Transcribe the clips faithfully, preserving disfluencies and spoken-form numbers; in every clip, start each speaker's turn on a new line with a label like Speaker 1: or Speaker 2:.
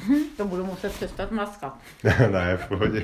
Speaker 1: To budu muset přestat maskat.
Speaker 2: Ne, v pohodě.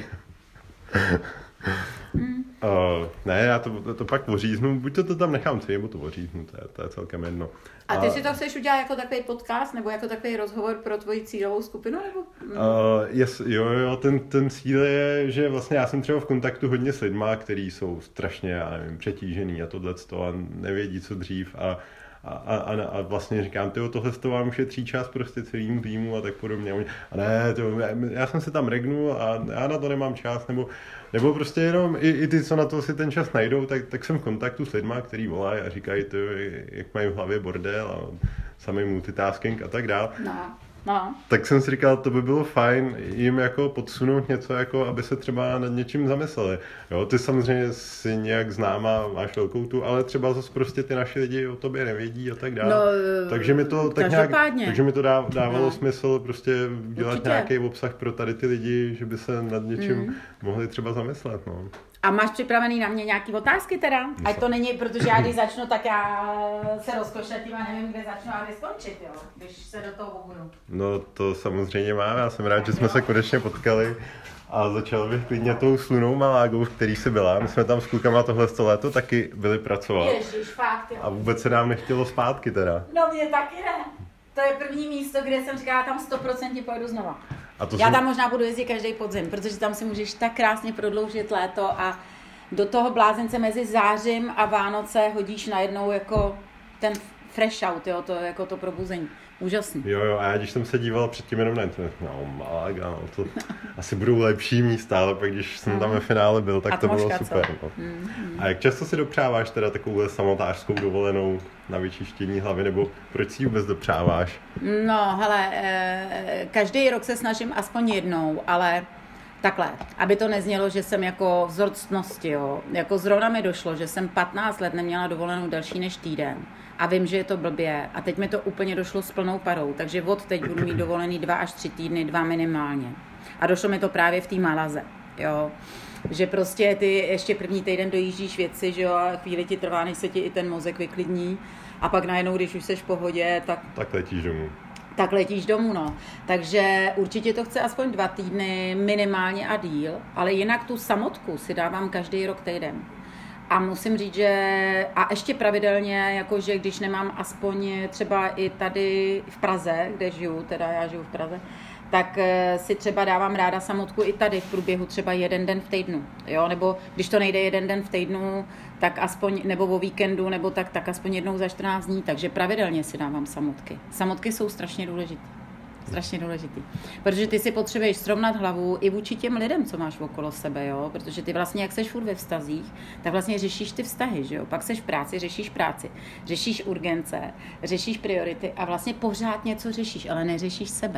Speaker 2: Mm. Uh, ne, já to, to, to pak oříznu, buď to, to tam nechám celý, nebo to oříznu, to je, to je celkem jedno.
Speaker 1: A ty uh, si to chceš udělat jako takový podcast, nebo jako takový rozhovor pro tvoji cílovou skupinu, nebo?
Speaker 2: Uh, yes, jo, jo, ten, ten cíl je, že vlastně já jsem třeba v kontaktu hodně s lidma, kteří jsou strašně, já nevím, přetížený a tohleto a nevědí, co dřív a A, a, a vlastně říkám, tyjo, tohle z toho vám šetří čas prostě celým týmu a tak podobně. A ne, to, já jsem se tam regnul a já na to nemám čas, nebo, nebo prostě jenom i, i ty, co na to si ten čas najdou, tak, tak jsem v kontaktu s lidma, který volají a říkají, tyjo, jak mají v hlavě bordel a samý multitasking a tak dál.
Speaker 1: No. No.
Speaker 2: Tak jsem si říkal, to by bylo fajn jim jako podsunout něco, jako aby se třeba nad něčím zamysleli. Jo, ty samozřejmě si nějak známá, máš velkou tu, ale třeba zase prostě ty naši lidi o tobě nevědí a tak dále. No, takže mi to tak nějak, takže mi to dávalo no. smysl prostě dělat Určitě. nějaký obsah pro tady ty lidi, že by se nad něčím mm. mohli třeba zamyslet. No.
Speaker 1: A máš připravený na mě nějaký otázky teda? Ať to není, protože já když začnu, tak já se rozkošletím a nevím, kde začnu a kde skončit, jo? Když se do toho obudu.
Speaker 2: No to samozřejmě mám, já jsem rád, že jsme se konečně potkali a začal bych klidně tou Slunou Malágou, v který jsi byla. My jsme tam s klukama tohle léto taky byli pracovat.
Speaker 1: Ježiš, fakt, jo.
Speaker 2: A vůbec se nám nechtělo zpátky teda.
Speaker 1: No mě taky ne. To je první místo, kde jsem říkala, tam sto procent pojedu znova.
Speaker 2: A to
Speaker 1: Já
Speaker 2: jsem...
Speaker 1: tam možná budu jezdit každý podzim, protože tam si můžeš tak krásně prodloužit léto a do toho blázence mezi zářím a Vánoce hodíš najednou jako ten fresh out, jo, to jako to probuzení. Úžasný.
Speaker 2: Jo, jo, a já když jsem se díval předtím jenom na internet, no Malaga, no to asi budou lepší místa, ale pak když jsem tam ve finále byl, tak to bylo super. No. Mm, mm. A jak často si dopřáváš teda takovou samotářskou dovolenou na vyčištění hlavy, nebo proč si ji vůbec dopřáváš?
Speaker 1: No, hele, eh, každý rok se snažím aspoň jednou, ale takhle, aby to neznělo, že jsem jako vzor ctnosti, jo. Jako zrovna mi došlo, že jsem patnáct let neměla dovolenou delší než týden. A vím, že je to blbě. A teď mi to úplně došlo s plnou parou. Takže od teď budu mít dovolený dva až tři týdny, dva minimálně. A došlo mi to právě v té Malaze, jo. Že prostě ty ještě první týden dojíždíš věci, že jo, a chvíli ti trvá, než se ti i ten mozek vyklidní. A pak najednou, když už seš v pohodě, tak...
Speaker 2: Tak letíš domů.
Speaker 1: Tak letíš domů, no. Takže určitě to chce aspoň dva týdny, minimálně a díl, ale jinak tu samotku si dávám každý rok týden. A musím říct, že a ještě pravidelně, jakože když nemám aspoň třeba i tady v Praze, kde žiju, teda já žiju v Praze, tak si třeba dávám ráda samotku i tady v průběhu třeba jeden den v týdnu, jo, nebo když to nejde jeden den v týdnu, tak aspoň, nebo o víkendu, nebo tak, tak aspoň jednou za čtrnáct dní, takže pravidelně si dávám samotky. Samotky jsou strašně důležité. Strašně důležitý. Protože ty si potřebuješ srovnat hlavu i vůči těm lidem, co máš okolo sebe, jo? Protože ty vlastně, jak seš furt ve vztazích, tak vlastně řešíš ty vztahy, že jo? Pak seš v práci, řešíš práci, řešíš urgence, řešíš priority a vlastně pořád něco řešíš, ale neřešíš sebe.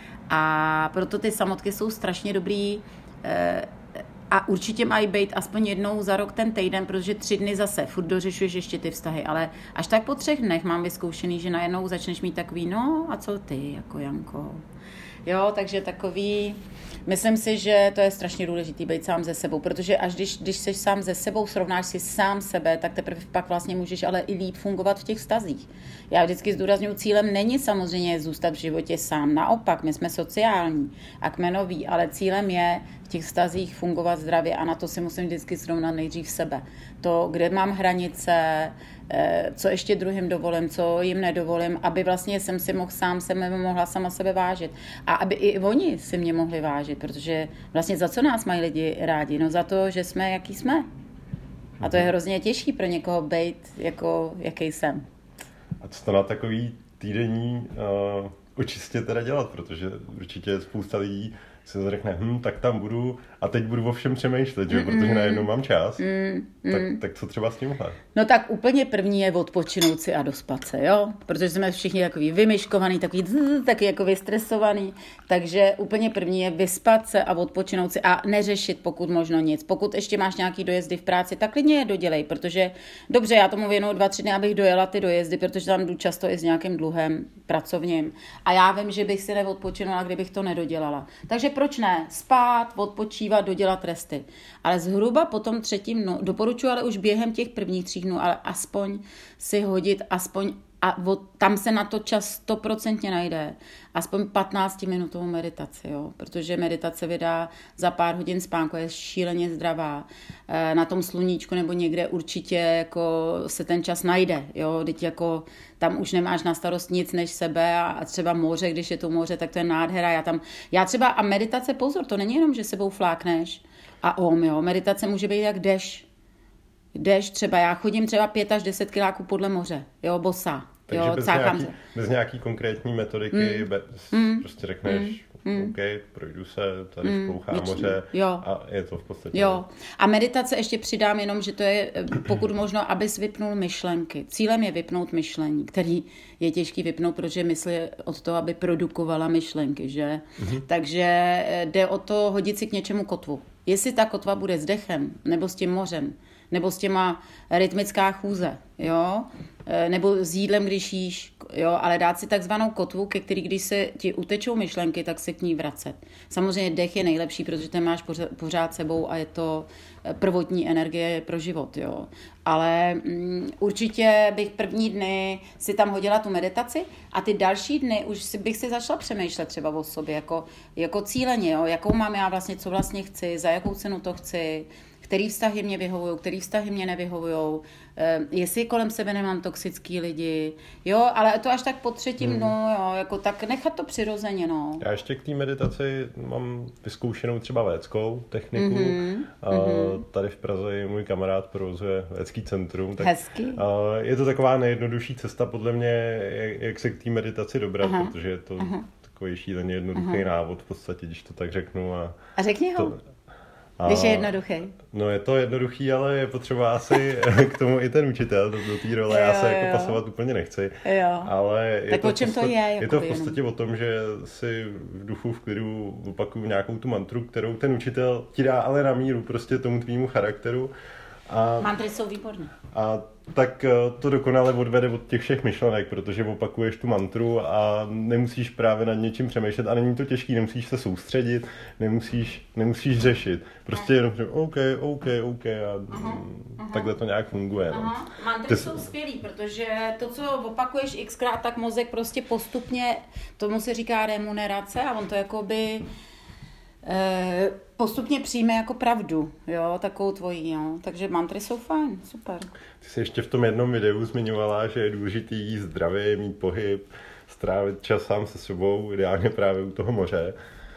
Speaker 1: A proto ty samotky jsou strašně dobrý eh, a určitě mají být aspoň jednou za rok ten týden, protože tři dny zase furt dořešuješ ještě ty vztahy, ale až tak po třech dnech mám vyzkoušený, že najednou začneš mít takový, no a co ty, jako Janko. Jo, takže takový, myslím si, že to je strašně důležitý být sám ze sebou, protože až když, když jsi sám ze sebou, srovnáš si sám sebe, tak teprve pak vlastně můžeš ale i líp fungovat v těch vztazích. Já vždycky zdůrazňuji, cílem není samozřejmě zůstat v životě sám, naopak, my jsme sociální a kmenoví, ale cílem je v těch vztazích fungovat zdravě a na to si musím vždycky srovnat nejdřív sebe. To, kde mám hranice, co ještě druhým dovolím, co jim nedovolím, aby vlastně jsem si mohl sám sebe mohla sama sebe vážit. A aby i oni si mě mohli vážit, protože vlastně za co nás mají lidi rádi? No za to, že jsme, jaký jsme. A to je hrozně těžký pro někoho být, jako jaký jsem.
Speaker 2: A co to na takový týdenní uh, očistě teda dělat, protože určitě spousta lidí se řekne, hm, tak tam budu a teď budu o všem přemýšlet, že? Protože najednou mám čas. Mm, mm. Tak, tak co třeba s tímhle?
Speaker 1: No tak úplně první je odpočinout si a dospat se, jo? Protože jsme všichni takový vymyškovaný, takový taky jako vystresovaný. Takže úplně první je vyspat se a odpočinout si a neřešit pokud možno nic. Pokud ještě máš nějaký dojezdy v práci, tak klidně je dodělej, protože dobře, já tomu věnuju dva, tři dny, abych dojela ty dojezdy, protože tam jdu často i s nějakým dluhem pracovním. A já vím, že bych si neodpočinula, kdybych to nedodělala. Takže proč ne? Spát, odpočívat, dodělat resty. Ale zhruba po tom třetím dnu, doporučuji ale už během těch prvních tří dnů, ale aspoň si hodit aspoň a od, tam se na to čas stoprocentně najde. Aspoň patnáctiminutovou meditaci, jo? Protože meditace vydá za pár hodin spánku, je šíleně zdravá. Na tom sluníčku nebo někde určitě jako se ten čas najde. Jo? Teď jako tam už nemáš na starost nic než sebe a třeba moře, když je to moře, tak to je nádhera. Já, tam, já třeba, a meditace, pozor, to není jenom, že sebou flákneš a om, jo? Meditace může být jak dešť. Dešť třeba, já chodím třeba pět až deset kiláků podle moře, jo, bosa.
Speaker 2: Takže
Speaker 1: jo,
Speaker 2: bez, nějaký, bez nějaký konkrétní metodiky, mm. bez, mm. prostě řekneš, mm. OK, projdu se, tady mm. splouchá moře
Speaker 1: jo.
Speaker 2: a je to v podstatě.
Speaker 1: Jo. A meditace ještě přidám jenom, že to je pokud možno, abys vypnul myšlenky. Cílem je vypnout myšlení, který je těžký vypnout, protože mysl je od toho, aby produkovala myšlenky, že? Mm-hmm. Takže jde o to hodit si k něčemu kotvu. Jestli ta kotva bude s dechem, nebo s tím mořem, nebo s těma rytmická chůze, jo, nebo s jídlem, když jíš, jo, ale dát si takzvanou kotvu, ke který, když se ti utečou myšlenky, tak se k ní vracet. Samozřejmě dech je nejlepší, protože ten máš pořád sebou a je to prvotní energie pro život, jo. Ale um, určitě bych první dny si tam hodila tu meditaci a ty další dny už si, bych si začala přemýšlet třeba o sobě, jako, jako cíleně, jo, jakou mám já vlastně, co vlastně chci, za jakou cenu to chci, který vztahy mě vyhovují, který vztahy mě nevyhovují, jestli kolem sebe nemám toxický lidi, jo, ale to až tak po třetím hmm. dnu, jo, jako tak nechat to přirozeně, no.
Speaker 2: Já ještě k té meditaci mám vyzkoušenou třeba védskou techniku. Mm-hmm. A tady v Praze můj kamarád provozuje védský centrum. Tak
Speaker 1: hezky.
Speaker 2: Je to taková nejjednodušší cesta podle mě, jak se k té meditaci dobrat, aha. protože je to aha. takový šíleně jednoduchý aha. návod v podstatě, když to tak řeknu. A,
Speaker 1: a řekni ho. To, A, když je jednoduchý.
Speaker 2: No je to jednoduchý, ale je potřeba asi k tomu i ten učitel do, do té role. Jo, já se jo. jako pasovat úplně nechci.
Speaker 1: Jo.
Speaker 2: Ale je
Speaker 1: tak
Speaker 2: to
Speaker 1: o čem
Speaker 2: podstat,
Speaker 1: to je?
Speaker 2: Je to v podstatě jenom o tom, že si v duchu, v klidu opakuju nějakou tu mantru, kterou ten učitel ti dá ale na míru prostě tomu tvýmu charakteru. A,
Speaker 1: mantry jsou výborné.
Speaker 2: A tak to dokonale odvede od těch všech myšlenek, protože opakuješ tu mantru a nemusíš právě nad něčím přemýšlet a není to těžký, nemusíš se soustředit, nemusíš, nemusíš řešit. Prostě jenom že OK, OK, OK a aha, aha. takhle to nějak funguje. No.
Speaker 1: Mantry Ty... jsou skvělý, protože to, co opakuješ xkrát, tak mozek prostě postupně, tomu se říká remunerace a on to jakoby postupně přijme jako pravdu, jo, takovou tvojí, jo. Takže mantry jsou fajn, super.
Speaker 2: Ty jsi ještě v tom jednom videu zmiňovala, že je důležitý jíst zdravě, mít pohyb, strávit čas sám se sebou, ideálně právě u toho moře.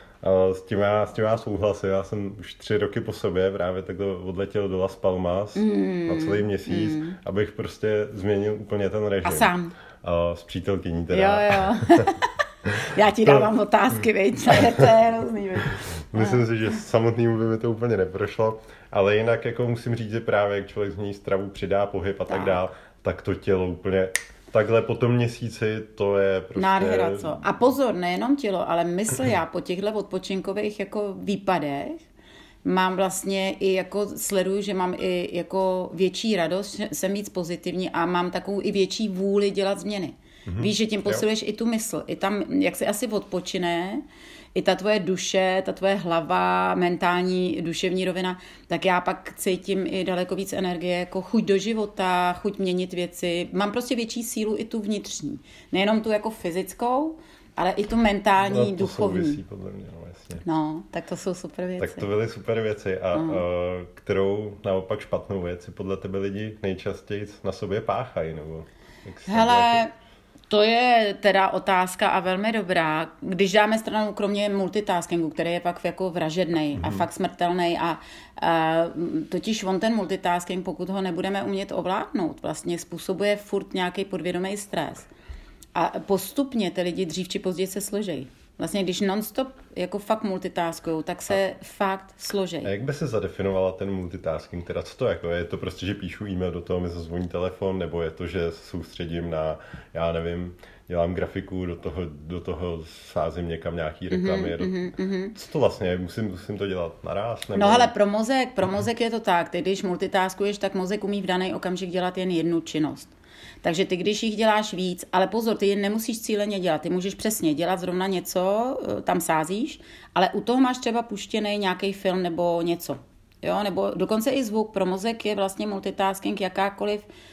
Speaker 2: S tím já, s tím já souhlasím, já jsem už tři roky po sobě právě takhle odletěl do Las Palmas mm, na celý měsíc, mm. abych prostě změnil úplně ten režim.
Speaker 1: A sám?
Speaker 2: A s přítelkyní teda.
Speaker 1: Jo, jo. Já ti dávám to... otázky, veď, to je, to je hrozný, veď.
Speaker 2: Myslím si, že samotnému by mi to úplně neprošlo, ale jinak jako musím říct, že právě jak člověk změní stravu, přidá pohyb a tak, tak dál, tak to tělo úplně takhle po tom měsíci, to je prostě...
Speaker 1: Nádhera, co? A pozor, nejenom tělo, ale mysl já po těchto odpočinkových jako výpadech mám vlastně i jako sleduju, že mám i jako větší radost, jsem víc pozitivní a mám takovou i větší vůli dělat změny. Mm-hmm. Víš, že tím posiluješ jo. i tu mysl. I tam, jak si asi odpočine, i ta tvoje duše, ta tvoje hlava, mentální, duševní rovina, tak já pak cítím i daleko víc energie, jako chuť do života, chuť měnit věci. Mám prostě větší sílu i tu vnitřní. Nejenom tu jako fyzickou, ale i tu mentální, no, to duchovní.
Speaker 2: Souvisí, podle mě, no, jasně.
Speaker 1: No, tak to jsou super věci.
Speaker 2: Tak to byly super věci. A uh, kterou naopak špatnou věci podle tebe lidi nejčastěji na sobě páchají? Nebo
Speaker 1: hele, to je teda otázka a velmi dobrá. Když dáme stranou kromě multitaskingu, který je pak jako vražednej mm-hmm. a fakt smrtelnej a, a totiž on ten multitasking, pokud ho nebudeme umět ovládnout, vlastně způsobuje furt nějaký podvědomý stres. A postupně ty lidi dřív či později se složejí. Vlastně když non-stop jako fakt multitaskujou, tak se a, fakt složejí.
Speaker 2: A jak by se zadefinovala ten multitasking? Teda co to jako je? Je to prostě, že píšu e-mail, do toho mi zazvoní telefon, nebo je to, že se soustředím na, já nevím, dělám grafiku, do toho, do toho sázím někam nějaký reklamy. Mm-hmm, do... mm-hmm. Co to vlastně je? Musím, musím to dělat naraz? Nebo...
Speaker 1: No hele, pro mozek, pro mozek je to tak. Ty když multitaskuješ, tak mozek umí v daný okamžik dělat jen jednu činnost. Takže ty, když jich děláš víc, ale pozor, ty je nemusíš cíleně dělat, ty můžeš přesně dělat zrovna něco, tam sázíš, ale u toho máš třeba puštěný nějaký film nebo něco, jo, nebo dokonce i zvuk, pro mozek je vlastně multitasking jakákoliv,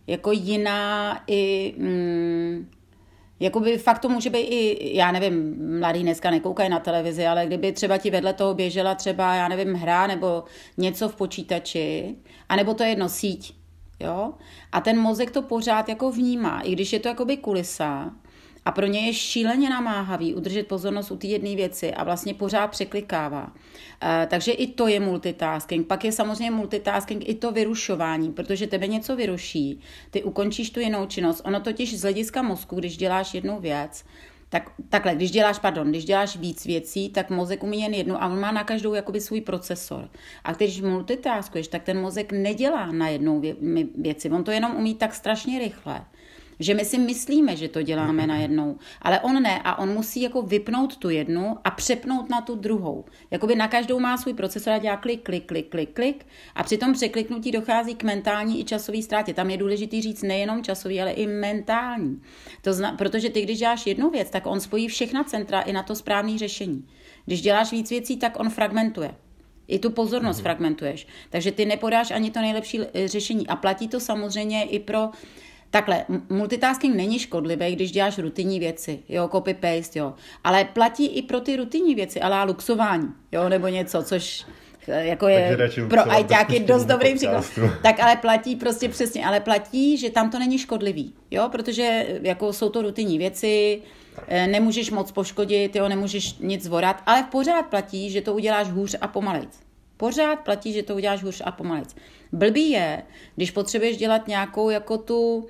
Speaker 1: jako jiná i... Mm, jakoby fakt to může být i, já nevím, mladý dneska nekoukají na televizi, ale kdyby třeba ti vedle toho běžela třeba, já nevím, hra nebo něco v počítači, anebo to je jedno, síť, jo? A ten mozek to pořád jako vnímá, i když je to jakoby kulisa, a pro ně je šíleně namáhavý udržet pozornost u té jedné věci a vlastně pořád překlikává. E, takže i to je multitasking. Pak je samozřejmě multitasking i to vyrušování, protože tebe něco vyruší, ty ukončíš tu jinou činnost. Ono totiž z hlediska mozku, když děláš jednu věc, tak, takhle, když děláš, pardon, když děláš víc věcí, tak mozek umí jen jednu a on má na každou jakoby svůj procesor. A když multitaskuješ, tak ten mozek nedělá na jednou vě- věci, on to jenom umí tak strašně rychle, že my si myslíme, že to děláme najednou, ale on ne a on musí jako vypnout tu jednu a přepnout na tu druhou. Jakoby na každou má svůj procesor a dělá klik, klik, klik, klik, klik a při tom překliknutí dochází k mentální i časové ztrátě. Tam je důležitý říct nejenom časový, ale i mentální. To zna, protože ty, když děláš jednu věc, tak on spojí všechna centra i na to správné řešení. Když děláš víc věcí, tak on fragmentuje. I tu pozornost mm. fragmentuješ. Takže ty nepodáš ani to nejlepší řešení. A platí to samozřejmě i pro... Takhle, multitasking není škodlivý, když děláš rutinní věci, jo, copy-paste, jo, ale platí i pro ty rutinní věci, ale luxování, jo, nebo něco, což jako je pro ajťáky dost dobrý příklad. Tak ale platí prostě přesně, ale platí, že tam to není škodlivý, jo, protože jako jsou to rutinní věci, nemůžeš moc poškodit, jo, nemůžeš nic zvorat, ale pořád platí, že to uděláš hůř a pomalejc. Pořád platí, že to uděláš hůř a pomalejc. Blbý je, když potřebuješ dělat nějakou jako tu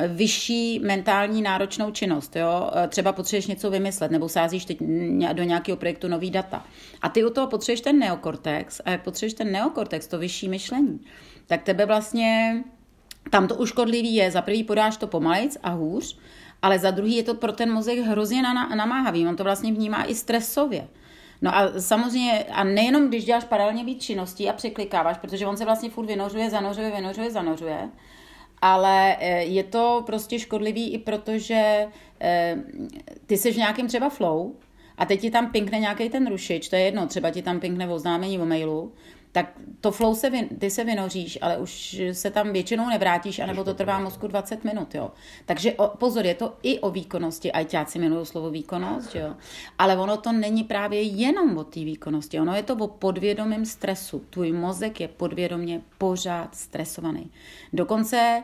Speaker 1: vyšší mentální náročnou činnost. Jo? Třeba potřebuješ něco vymyslet, nebo sázíš teď do nějakého projektu nový data. A ty u toho potřebuješ ten neokortex, a jak potřebuješ ten neokortex, to vyšší myšlení, tak tebe vlastně, tam to uškodlivý je, za prvý podáš to pomalejc a hůř, ale za druhý je to pro ten mozek hrozně namáhavý. On to vlastně vnímá i stresově. No a samozřejmě, a nejenom když děláš paralelně víc činností a překlikáváš, protože on se vlastně furt vynořuje, zanořuje, vynořuje, zanořuje, ale je to prostě škodlivý i protože ty jsi v nějakém třeba flow a teď ti tam pinkne nějaký ten rušič, to je jedno, třeba ti tam pinkne oznámení o mailu, tak to flow se vy, ty se vynoříš, ale už se tam většinou nevrátíš, anebo to trvá mozku dvacet minut, jo. Takže o, pozor, je to i o výkonnosti, ajťáci milují slovo výkonnost, jo. Ale ono to není právě jenom o té výkonnosti, ono je to o podvědomém stresu. Tvůj mozek je podvědomě pořád stresovaný. Dokonce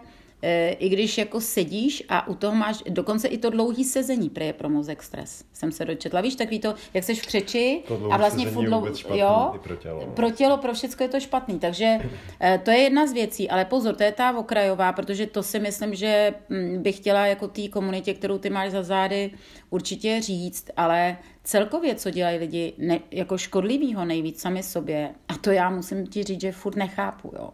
Speaker 1: i když jako sedíš a u toho máš, dokonce i to dlouhý sezení je pro mozek stres. Jsem se dočetla. Víš, takový to, jak seš v křeči a vlastně furt dlouho, jo, pro tělo. pro tělo, pro všecko je to špatný. Takže to je jedna z věcí, ale pozor, to je ta okrajová, protože to si myslím, že bych chtěla jako té komunitě, kterou ty máš za zády, určitě říct, ale celkově, co dělají lidi ne, jako škodlivýho nejvíc sami sobě, a to já musím ti říct, že furt nechápu, jo.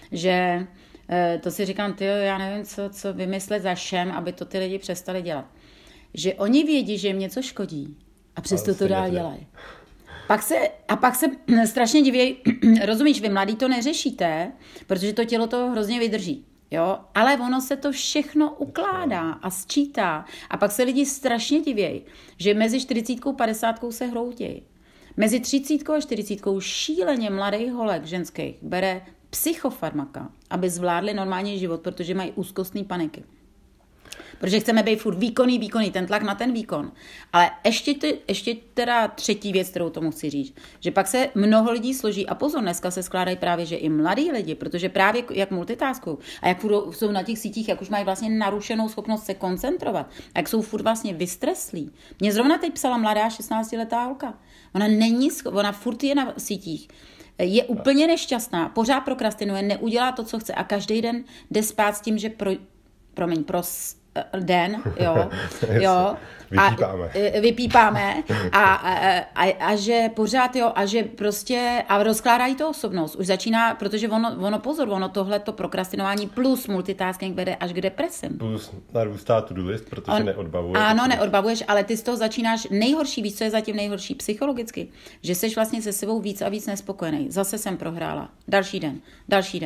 Speaker 1: Že to si říkám, tyjo, já nevím, co, co vymyslet za šem, aby to ty lidi přestali dělat. Že oni vědí, že jim něco škodí a přesto to dál dělají. Pak se, a pak se strašně divějí, rozumíš, vy mladí to neřešíte, protože to tělo to hrozně vydrží. Jo? Ale ono se to všechno ukládá a sčítá. A pak se lidi strašně divějí, že mezi čtyřicítkou a padesátkou se hroutějí. Mezi třicítkou a čtyřicítkou šíleně mladých holek ženských bere psychofarmaka, aby zvládli normální život, protože mají úzkostné paniky. Protože chceme být furt výkonný, výkonný, ten tlak na ten výkon. Ale ještě, ty, ještě teda třetí věc, kterou tomu chci říct, že pak se mnoho lidí složí a pozor, dneska se skládají právě, že i mladí lidi, protože právě jak multitaskují a jak furt jsou na těch sítích, jak už mají vlastně narušenou schopnost se koncentrovat a jak jsou furt vlastně vystreslí. Mě zrovna teď psala mladá šestnáctiletá holka. Ona není, ona furt je na sítích. Je úplně nešťastná, pořád prokrastinuje, neudělá to, co chce a každý den jde spát s tím, že pro, promiň, pros den, jo, jo,
Speaker 2: vypípáme.
Speaker 1: A, vypípáme a, a, a, a že pořád, jo, a že prostě, a rozkládají to osobnost, už začíná, protože ono, ono pozor, ono tohle to prokrastinování plus multitasking vede až k depresím.
Speaker 2: Plus narůstá to-do list, protože On, neodbavuješ.
Speaker 1: Ano, neodbavuješ, ale ty z toho začínáš nejhorší, víc, co je zatím nejhorší psychologicky, že jsi vlastně se sebou víc a víc nespokojený. Zase jsem prohrála. Další den, další den.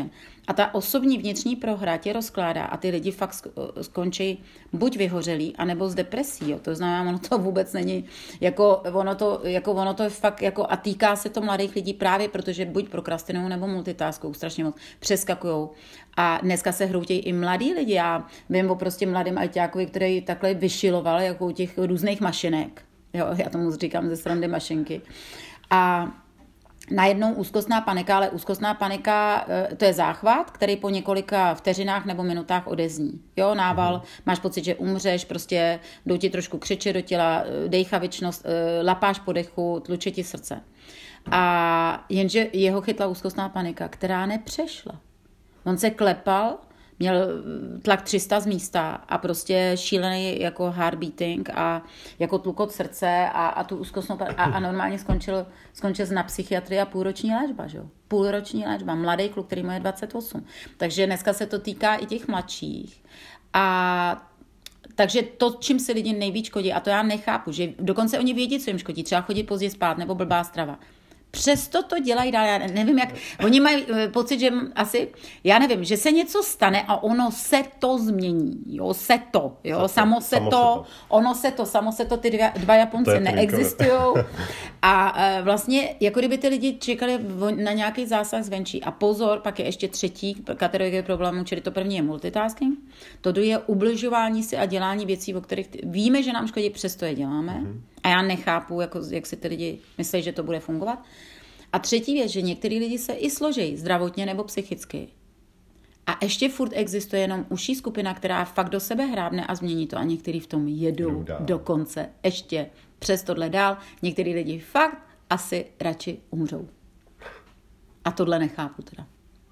Speaker 1: A ta osobní vnitřní prohra tě rozkládá a ty lidi fakt skončí buď vyhořelí, anebo s depresí. Jo. To znamená, ono to vůbec není, jako ono to, jako ono to je fakt, jako, a týká se to mladých lidí právě, protože buď prokrastinují nebo multitaskou strašně moc, přeskakujou. A dneska se hroutějí i mladí lidi. Já vím o prostě mladým ajťákovi, který takhle vyšiloval jako u těch různých mašinek. Jo, já tomu říkám ze srandy mašinky. A najednou úzkostná panika, ale úzkostná panika, to je záchvat, který po několika vteřinách nebo minutách odezní. Jo, nával, mm. máš pocit, že umřeš, prostě jdou ti trošku křeče do těla, dejchavičnost, lapáš po dechu, tluče ti srdce. A jenže jeho chytla úzkostná panika, která nepřešla. On se klepal, měl tlak tři sta z místa a prostě šílený jako heart beating a jako tlukot srdce a, a tu úzkostnou a, a normálně skončil, skončil na psychiatrii a půlroční léčba, že jo? Půlroční léčba, mladý kluk, který má dvacet osm. Takže dneska se to týká i těch mladších. A takže to, čím si lidi nejvíc škodí, a to já nechápu, že dokonce oni vědí, co jim škodí, třeba chodit pozdě spát nebo blbá strava. Přesto to dělají dál, já nevím jak, oni mají pocit, že asi, já nevím, že se něco stane a ono se to změní, jo, se to, jo, se samo, se, samo to, se to, ono se to, samo se to, ty dva, dva Japonci neexistujou a vlastně, jako kdyby ty lidi čekali na nějaký zásah zvenčí a pozor, pak je ještě třetí kategorie problémů, čili to první je multitasking, to druhé je ubližování si a dělání věcí, o kterých víme, že nám škodí, přesto je děláme. Mm-hmm. A já nechápu, jako, jak si ty lidi myslí, že to bude fungovat. A třetí věc, že některý lidi se i složejí zdravotně nebo psychicky. A ještě furt existuje jenom užší skupina, která fakt do sebe hrábne a změní to. A někteří v tom jedou dokonce ještě přes tohle dál. Některý lidi fakt asi radši umřou. A tohle nechápu teda.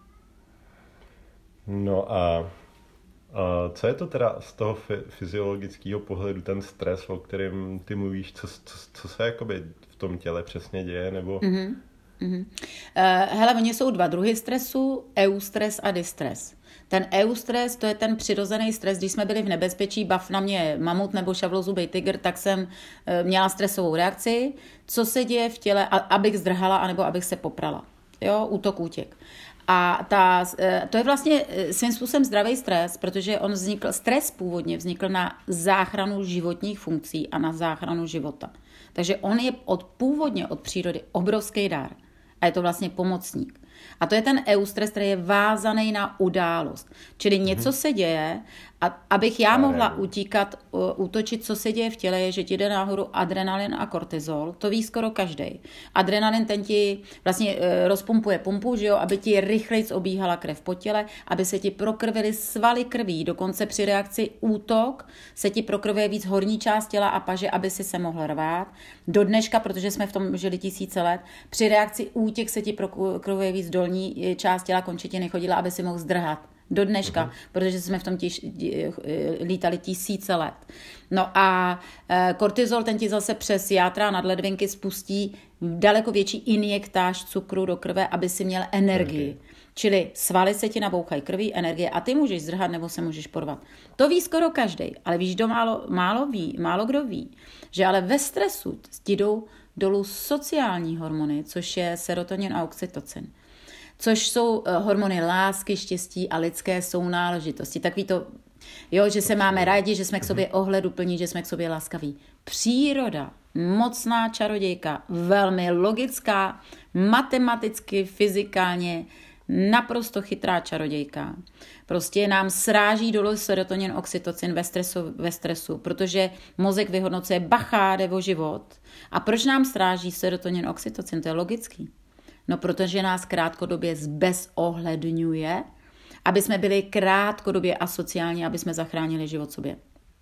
Speaker 2: No a... Uh, co je to teda z toho fyziologického pohledu, ten stres, o kterém ty mluvíš, co, co, co se jakoby v tom těle přesně děje, nebo...
Speaker 1: Mm-hmm. Mm-hmm. Uh, hele, oni jsou dva druhy stresu, eustres a distres. Ten eustres, to je ten přirozený stres, když jsme byli v nebezpečí, bav na mě mamut nebo šavlozubej tygr, tak jsem uh, měla stresovou reakci, co se děje v těle, a, abych zdrhala, anebo abych se poprala. Jo, útok, útěk. A ta, to je vlastně svým způsobem zdravý stres, protože on vznikl, stres původně vznikl na záchranu životních funkcí a na záchranu života. Takže on je od původně od přírody obrovský dar. A je to vlastně pomocník. A to je ten eustres, který je vázaný na událost. Čili něco se děje, a abych já mohla utíkat, útočit, co se děje v těle, je, že ti jde nahoru adrenalin a kortizol. To ví skoro každej. Adrenalin ten ti vlastně rozpumpuje pumpu, že jo, aby ti rychlejc obíhala krev po těle, aby se ti prokrvily svaly krví. Dokonce při reakci útok se ti prokrvuje víc horní část těla a paže, aby si se mohl rvát. Do dneška, protože jsme v tom žili tisíce let, při reakci útěk se ti prokrvuje víc dolní část těla, končetiny chodila, aby si mohl zdrhat. Do dneška, uh-huh. protože jsme v tom tiž, lítali tisíce let. No a e, kortizol, ten ti zase přes játra a nadledvinky spustí daleko větší injektáž cukru do krve, aby si měl energii. Okay. Čili svaly se ti nabouchají krví, energie a ty můžeš zdrhat nebo se můžeš porvat. To ví skoro každej, ale víš, kdo málo, málo ví, málo kdo ví, že ale ve stresu ti jdou dolů sociální hormony, což je serotonin a oxytocin. Což jsou hormony lásky, štěstí a lidské sounáležitosti. Takový to, jo, že se máme rádi, že jsme k sobě ohleduplní, že jsme k sobě laskaví. Příroda, mocná čarodějka, velmi logická, matematicky, fyzikálně, naprosto chytrá čarodějka. Prostě nám sráží dolů serotonin, oxytocin ve stresu, ve stresu, protože mozek vyhodnocuje, bacha, jde o život. A proč nám sráží serotonin, oxytocin? To je logický. No, protože nás krátkodobě zbezohledňuje, aby jsme byli krátkodobě asociální, aby jsme zachránili život sobě.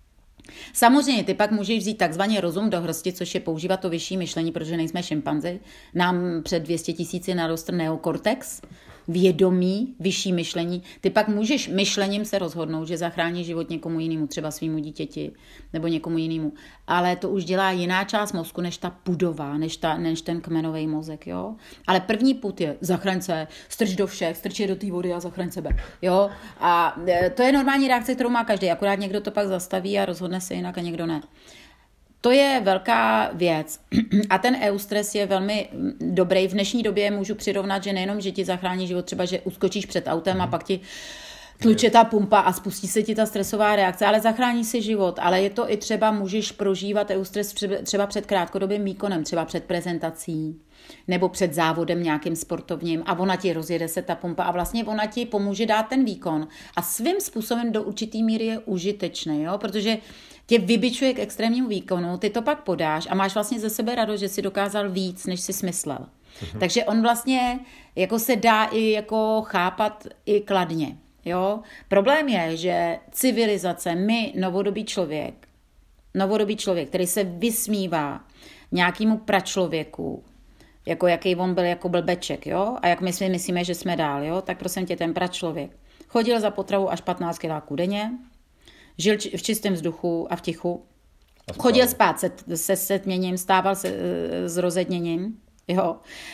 Speaker 1: Samozřejmě, ty pak můžeš vzít takzvaně rozum do hrsti, což je používat to vyšší myšlení, protože nejsme šimpanzi. Nám před dvě stě tisíci narostl neokortex, vědomí, vyšší myšlení. Ty pak můžeš myšlením se rozhodnout, že zachrání život někomu jinému, třeba svýmu dítěti nebo někomu jinému. Ale to už dělá jiná část mozku, než ta pudová, než, ta, než ten kmenový mozek. Jo? Ale první pud je zachraň se, strč do všech, strč je do té vody a zachraň sebe. Jo? A to je normální reakce, kterou má každý, akorát někdo to pak zastaví a rozhodne se jinak a někdo ne. To je velká věc a ten eustres je velmi dobrý. V dnešní době můžu přirovnat, že nejenom, že ti zachrání život, třeba, že uskočíš před autem mm. a pak ti tluče ta pumpa a spustí se ti ta stresová reakce, ale zachrání si život. Ale je to i třeba, můžeš prožívat eustres třeba před krátkodobým výkonem, třeba před prezentací nebo před závodem nějakým sportovním a ona ti rozjede se ta pumpa a vlastně ona ti pomůže dát ten výkon a svým způsobem do určitý míry je užitečný, jo? Protože tě vybičuje k extrémnímu výkonu, ty to pak podáš a máš vlastně ze sebe radost, že jsi dokázal víc, než jsi smyslel. Mhm. Takže on vlastně jako se dá i jako chápat i kladně. Jo? Problém je, že civilizace, my, novodobý člověk, novodobý člověk, který se vysmívá nějakému pračlověku, jako jaký on byl jako blbeček, jo? A jak my si myslíme, že jsme dál, jo? Tak prosím tě, ten pračlověk chodil za potravou až patnáct kiláků denně, žil v čistém vzduchu a v tichu, a chodil spát se, se setměním, stával se s rozedněním, jo.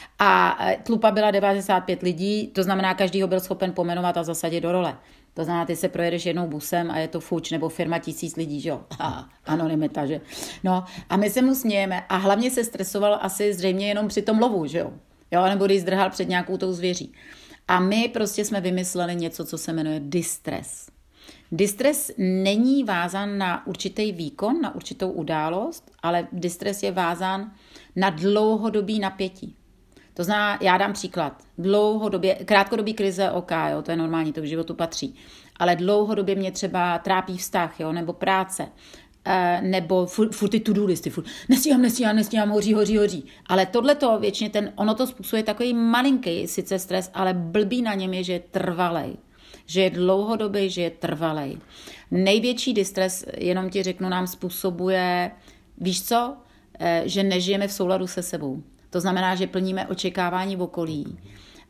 Speaker 1: A tlupa byla devadesát pět lidí, to znamená, každý ho byl schopen pomenovat a zasadit do role. To znamená, ty se projedeš jednou busem a je to fuč, nebo firma tisíc lidí, že jo. A, anonymita, že. No a my se mu smějeme a hlavně se stresoval asi zřejmě jenom při tom lovu, že jo. Jo, nebo když zdrhal před nějakou tou zvěří. A my prostě jsme vymysleli něco, co se jmenuje distres. Distres není vázán na určitý výkon, na určitou událost, ale distres je vázán na dlouhodobý napětí. To znamená, já dám příklad, dlouhodobě, krátkodobý krize, ok, jo, to je normální, to v životu patří, ale dlouhodobě mě třeba trápí vztah, jo, nebo práce, eh, nebo furt, furt ty to-do listy, furt nestíhám, nestíhám, nestíhám, hoří, hoří, hoří. Ale tohleto většině, ten, ono to způsobuje takový malinký sice stres, ale blbý na něm je, že je trvalej. Že je dlouhodobý, že je trvalej. Největší distres, jenom ti řeknu, nám způsobuje, víš co, eh, že nežijeme v souladu se sebou. To znamená, že plníme očekávání v okolí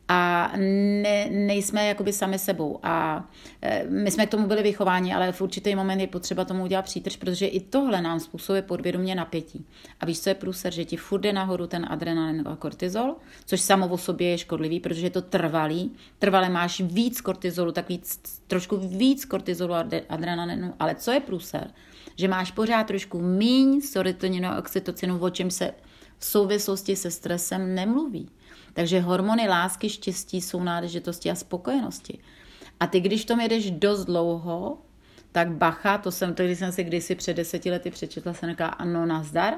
Speaker 1: a ne, nejsme jakoby sami sebou. A e, my jsme k tomu byli vychováni, ale v určitý moment je potřeba tomu udělat přítrž, protože i tohle nám způsobuje podvědomě napětí. A víš, co je průser, že ti furt jde nahoru ten adrenalin a kortizol, což samo o sobě je škodlivý, protože je to trvalý. Trvale máš víc kortizolu, tak víc, trošku víc kortizolu a adrenalinu, ale co je průser? Že máš pořád trošku míň serotoninu a oxytocinu, o čem se v souvislosti se stresem nemluví. Takže hormony lásky, štěstí jsou náležitosti a spokojenosti. A ty, když v tom jedeš dost dlouho, tak bacha, to jsem to, když jsem si kdysi před deseti lety přečetla, jsem říkala, ano, nazdar,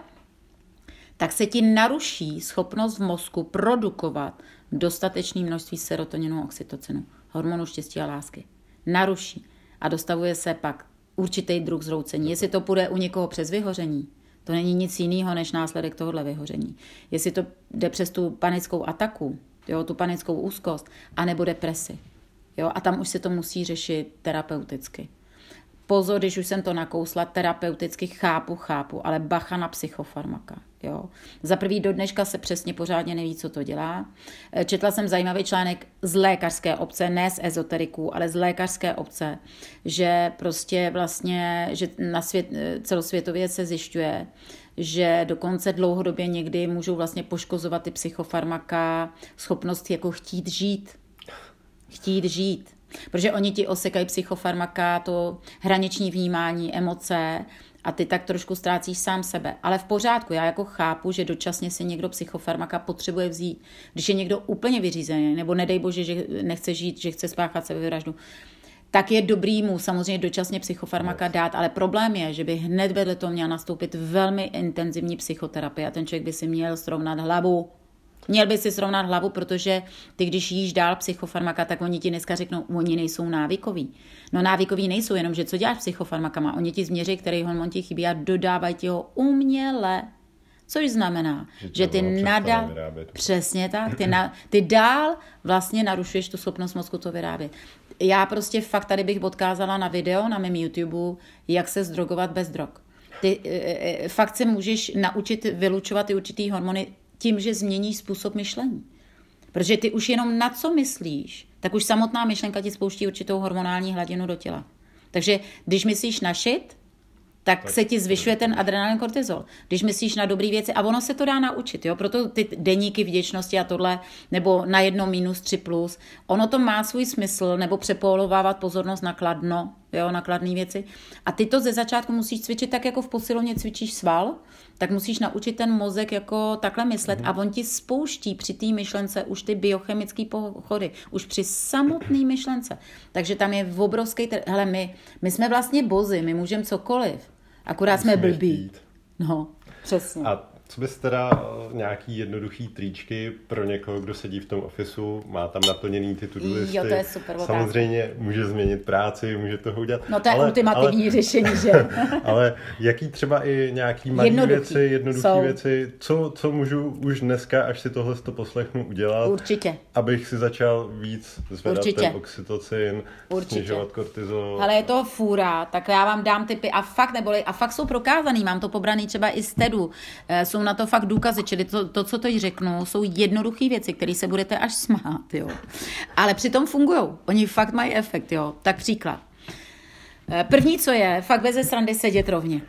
Speaker 1: tak se ti naruší schopnost v mozku produkovat dostatečné množství serotoninu a oxytocinu, hormonu štěstí a lásky. Naruší. A dostavuje se pak určitý druh zroucení. Jestli to půjde u někoho přes vyhoření, to není nic jiného než následek tohohle vyhoření. Jestli to jde přes tu panickou ataku, jo, tu panickou úzkost, anebo depresi. Jo, a tam už se to musí řešit terapeuticky. Pozor, když už jsem to nakousla, terapeuticky chápu, chápu, ale bacha na psychofarmaka. Jo. Za prvý do dneška se přesně pořádně neví, co to dělá. Četla jsem zajímavý článek z lékařské obce, ne z ezoteriků, ale z lékařské obce, že prostě vlastně, že na svět, celosvětově se zjišťuje, že dokonce dlouhodobě někdy můžou vlastně poškozovat ty psychofarmaka schopnost jako chtít žít. Chtít žít. Protože oni ti osekají psychofarmaka, to hraniční vnímání, emoce a ty tak trošku ztrácíš sám sebe. Ale v pořádku, já jako chápu, že dočasně si někdo psychofarmaka potřebuje vzít. Když je někdo úplně vyřízený, nebo nedej bože, že nechce žít, že chce spáchat sebevraždu, tak je dobrý mu samozřejmě dočasně psychofarmaka dát, ale problém je, že by hned vedle toho měla nastoupit velmi intenzivní psychoterapie a ten člověk by si měl srovnat hlavu. Měl by si srovnat hlavu, protože ty, když jíš dál psychofarmaka, tak oni ti dneska řeknou, oni nejsou návykoví. No návykoví nejsou, jenom že co děláš psychofarmakama? Oni ti změří, který hormon ti chybí a dodávají ti ho uměle. Což znamená, že, že ty nadal... Přesně tak. Ty, na, ty dál vlastně narušuješ tu schopnost mozku to vyrábět. Já prostě fakt tady bych odkázala na video na mém YouTube, jak se zdrogovat bez drog. Ty e, fakt se můžeš naučit vylučovat ty určitý hormony tím, že změníš způsob myšlení. Protože ty už jenom na co myslíš, tak už samotná myšlenka ti spouští určitou hormonální hladinu do těla. Takže když myslíš na shit, tak, tak se ti zvyšuje ten adrenalin kortizol. Když myslíš na dobré věci, a ono se to dá naučit, jo? Proto ty deníky vděčnosti a tohle, nebo na jedno minus tři plus, ono to má svůj smysl, nebo přepolovávat pozornost na kladno, jo, na kladné věci. A ty to ze začátku musíš cvičit tak, jako v posilovně cvičíš sval, tak musíš naučit ten mozek jako takhle myslet a on ti spouští při té myšlence už ty biochemické pochody, už při samotné myšlence. Takže tam je obrovský... Tr... Hele, my, my jsme vlastně bozy, my můžeme cokoliv, akorát jsme blbí. No, přesně.
Speaker 2: A co bys teda nějaký jednoduchý tričky pro někoho, kdo sedí v tom ofisu, má tam naplněný ty to-do listy.
Speaker 1: Jo, to je super otázka.
Speaker 2: Samozřejmě může změnit práci, může toho udělat.
Speaker 1: No to je ale, ultimativní ale, řešení, že?
Speaker 2: Ale jaký třeba i nějaký malý věci, jednoduché věci, co, co můžu už dneska, až si tohle to poslechnu, udělat?
Speaker 1: Určitě.
Speaker 2: Abych si začal víc zvedat
Speaker 1: Určitě.
Speaker 2: ten oxytocin,
Speaker 1: Určitě.
Speaker 2: snižovat kortizol.
Speaker 1: Ale je to fůra, tak já vám dám tipy a fakt neboli, a fakt jsou prokázaný, mám to pobraný třeba i z TEDu, jsou na to fakt důkazy, čili to, to co teď řeknu, jsou jednoduché věci, které se budete až smát, jo. Ale přitom fungujou, oni fakt mají efekt, jo. Tak příklad. První, co je, fakt beze srandy sedět rovně.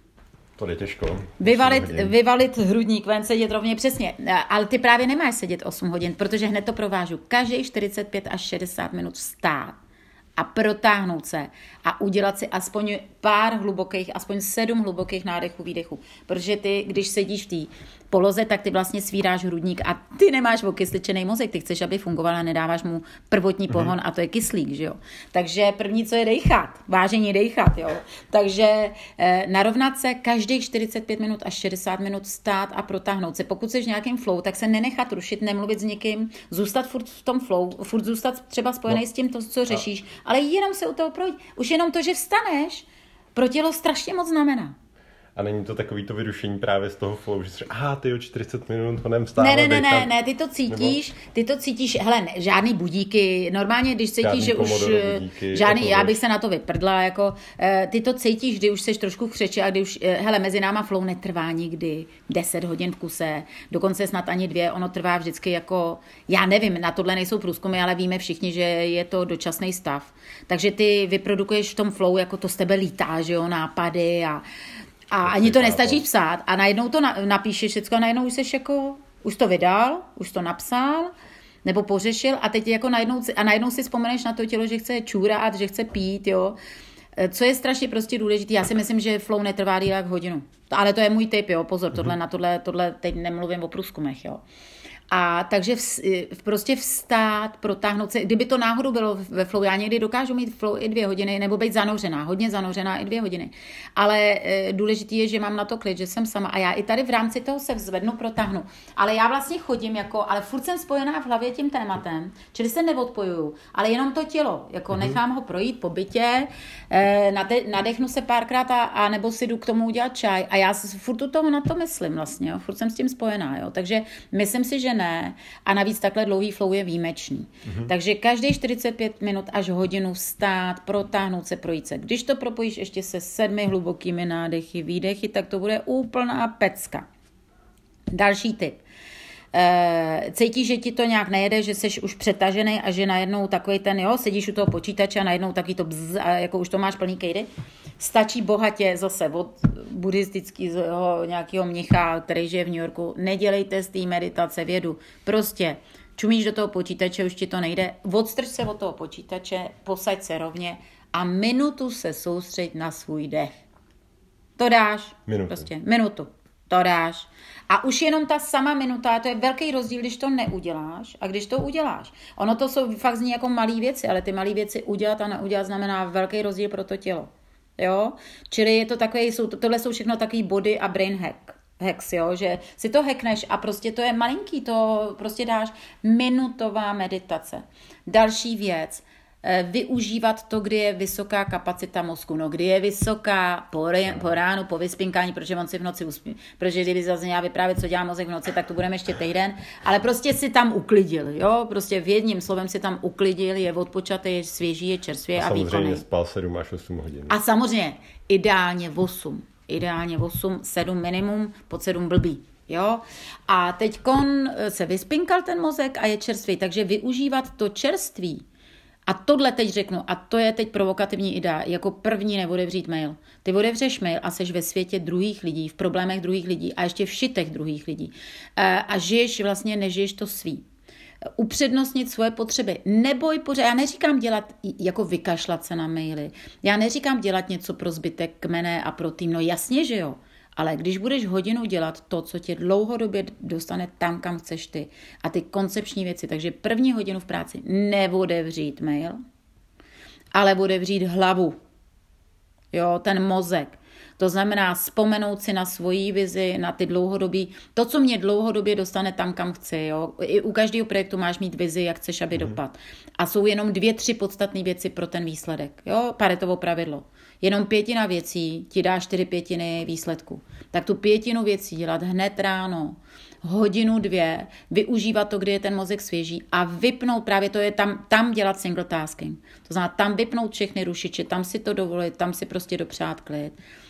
Speaker 2: To je těžko.
Speaker 1: Vyvalit, vyvalit hrudník ven, sedět rovně, přesně. Ale ty právě nemáš sedět osm hodin, protože hned to provážu. Každý čtyřicet pět až šedesát minut stát a protáhnout se a udělat si aspoň pár hlubokých, aspoň sedm hlubokých nádechů, výdechů. Protože ty, když sedíš v té poloze, tak ty vlastně svíráš hrudník a ty nemáš okysličený mozek, ty chceš, aby fungoval a nedáváš mu prvotní pohon a to je kyslík, že jo. Takže první, co je dejchat, vážení dejchat, jo. Takže eh, narovnat se každých čtyřicet pět minut až šedesát minut stát a protáhnout se. Pokud jsi v nějakém flow, tak se nenechat rušit, nemluvit s někým, zůstat furt v tom flow, furt zůstat třeba spojený no. s tím, to, co řešíš, ale jenom se u toho projít. Už jenom to, že vstaneš, pro tělo strašně moc znamená.
Speaker 2: A není to takový to vyrušení právě z toho flow, že si aha, ty jo, čtyřicet minut, honem vstávat.
Speaker 1: Ne, ne, ne, ne, ne, ty to cítíš, nebo... ty to cítíš, hele, ne, žádný budíky, normálně, když cítíš, že už, budíky, žádný, já bych se na to vyprdla, jako, ty to cítíš, kdy už seš trošku v křeči a kdy už, hele, mezi náma flow netrvá nikdy deset hodin v kuse, dokonce snad ani dvě, ono trvá vždycky jako, já nevím, na tohle nejsou průzkumy, ale víme všichni, že je to dočasný stav. Takže ty vyprodukuješ v tom flow, jako to z tebe lítá, že jo, nápady a A ani to nestačí psát a najednou to napíšeš všecko a najednou už seš jako, už to vydal, už to napsal, nebo pořešil a teď jako najednou, a najednou si vzpomeneš na to tělo, že chce čůrat, že chce pít, jo. Co je strašně prostě důležité, já si myslím, že flow netrvá díl jak hodinu. Ale to je můj tip, jo, pozor, tohle, mm-hmm. na tohle, tohle teď nemluvím o průzkumech, jo. A takže v, prostě vstát, protáhnout se, kdyby to náhodou bylo ve flow, já někdy dokážu mít flow i dvě hodiny, nebo být zanořená, hodně zanořená i dvě hodiny. Ale e, důležitý je, že mám na to klid, že jsem sama a já i tady v rámci toho se vzvednu, protáhnu. Ale já vlastně chodím jako, ale furt jsem spojená v hlavě tím tématem, čili se neodpojuju, ale jenom to tělo, jako mm-hmm. nechám ho projít po bytě, e, nade, nadechnu se párkrát a, a nebo si jdu k tomu udělat čaj a já furt u toho na to myslím vlastně, jo, furt jsem s tím spojená, jo, takže myslím si, že ne. A navíc takhle dlouhý flow je výjimečný. Mm-hmm. Takže každý čtyřicet pět minut až hodinu vstát, protáhnout se, projít se. Když to propojíš ještě se sedmi hlubokými nádechy, výdechy, tak to bude úplná pecka. Další tip. E, cítíš, že ti to nějak nejede, že jsi už přetažený a že najednou takový ten, jo, sedíš u toho počítače a najednou taky to bzz, a jako už to máš plný kejdy. Stačí bohatě zase od buddhistického nějakého mnicha, který žije v New Yorku. Nedělejte z té meditace vědu. Prostě čumíš do toho počítače, už ti to nejde. Odstrč se od toho počítače, posaď se rovně a minutu se soustřeď na svůj dech. To dáš.
Speaker 2: Minutu.
Speaker 1: Prostě minutu. To dáš. A už jenom ta sama minuta, to je velký rozdíl, když to neuděláš a když to uděláš. Ono to jsou fakt zní jako malé věci, ale ty malé věci udělat a neudělat znamená velký rozdíl pro to tělo. Jo? Čili je to takový, jsou, tohle jsou všechno takový body a brain hack. Hacks, jo? Že si to hackneš a prostě to je malinký, to prostě dáš minutová meditace. Další věc, využívat to, kdy je vysoká kapacita mozku. No, kdy je vysoká po, re, po ránu, po vyspinkání, protože on si v noci uspí. Protože kdyby zase měla vyprávět, co dělá mozek v noci, tak to budeme ještě týden. Ale prostě si tam uklidil, jo? Prostě v jedním slovem si tam uklidil, je odpočatý, je svěží, je čerstvě a, a výkonný.
Speaker 2: Samozřejmě spal sedm až osm hodin.
Speaker 1: A samozřejmě ideálně osm. Ideálně osm, sedm minimum, pod sedm blbý. Jo? A teďkon se vyspinkal ten mozek a je čerstvý. Takže využívat to čerství. A tohle teď řeknu, a to je teď provokativní idea, jako první neotevřít mail. Ty otevřeš mail a seš ve světě druhých lidí, v problémech druhých lidí a ještě v šitech druhých lidí. A žiješ vlastně, nežiješ to svý. upřednostnit svoje potřeby. Neboj pořád, já neříkám dělat, jako vykašlat se na maily, já neříkám dělat něco pro zbytek kmene a pro tým, no jasně, že jo. Ale když budeš hodinu dělat to, co tě dlouhodobě dostane tam, kam chceš ty, a ty koncepční věci, takže první hodinu v práci neotevřít mail, ale otevřít hlavu, jo, ten mozek. To znamená vzpomenout si na svoji vizi, na ty dlouhodobí, to, co mě dlouhodobě dostane tam, kam chci. Jo. I u každého projektu máš mít vizi, jak chceš, aby mm. dopad. A jsou jenom dvě, tři podstatné věci pro ten výsledek. Jo, Paretovo pravidlo. Jenom pětina věcí ti dá čtyři pětiny výsledku. Tak tu pětinu věcí dělat hned ráno, hodinu, dvě, využívat to, kdy je ten mozek svěží a vypnout, právě to je tam, tam dělat single tasking. To znamená tam vypnout všechny rušiče, tam si to dovolit, tam si prostě dopřát klid.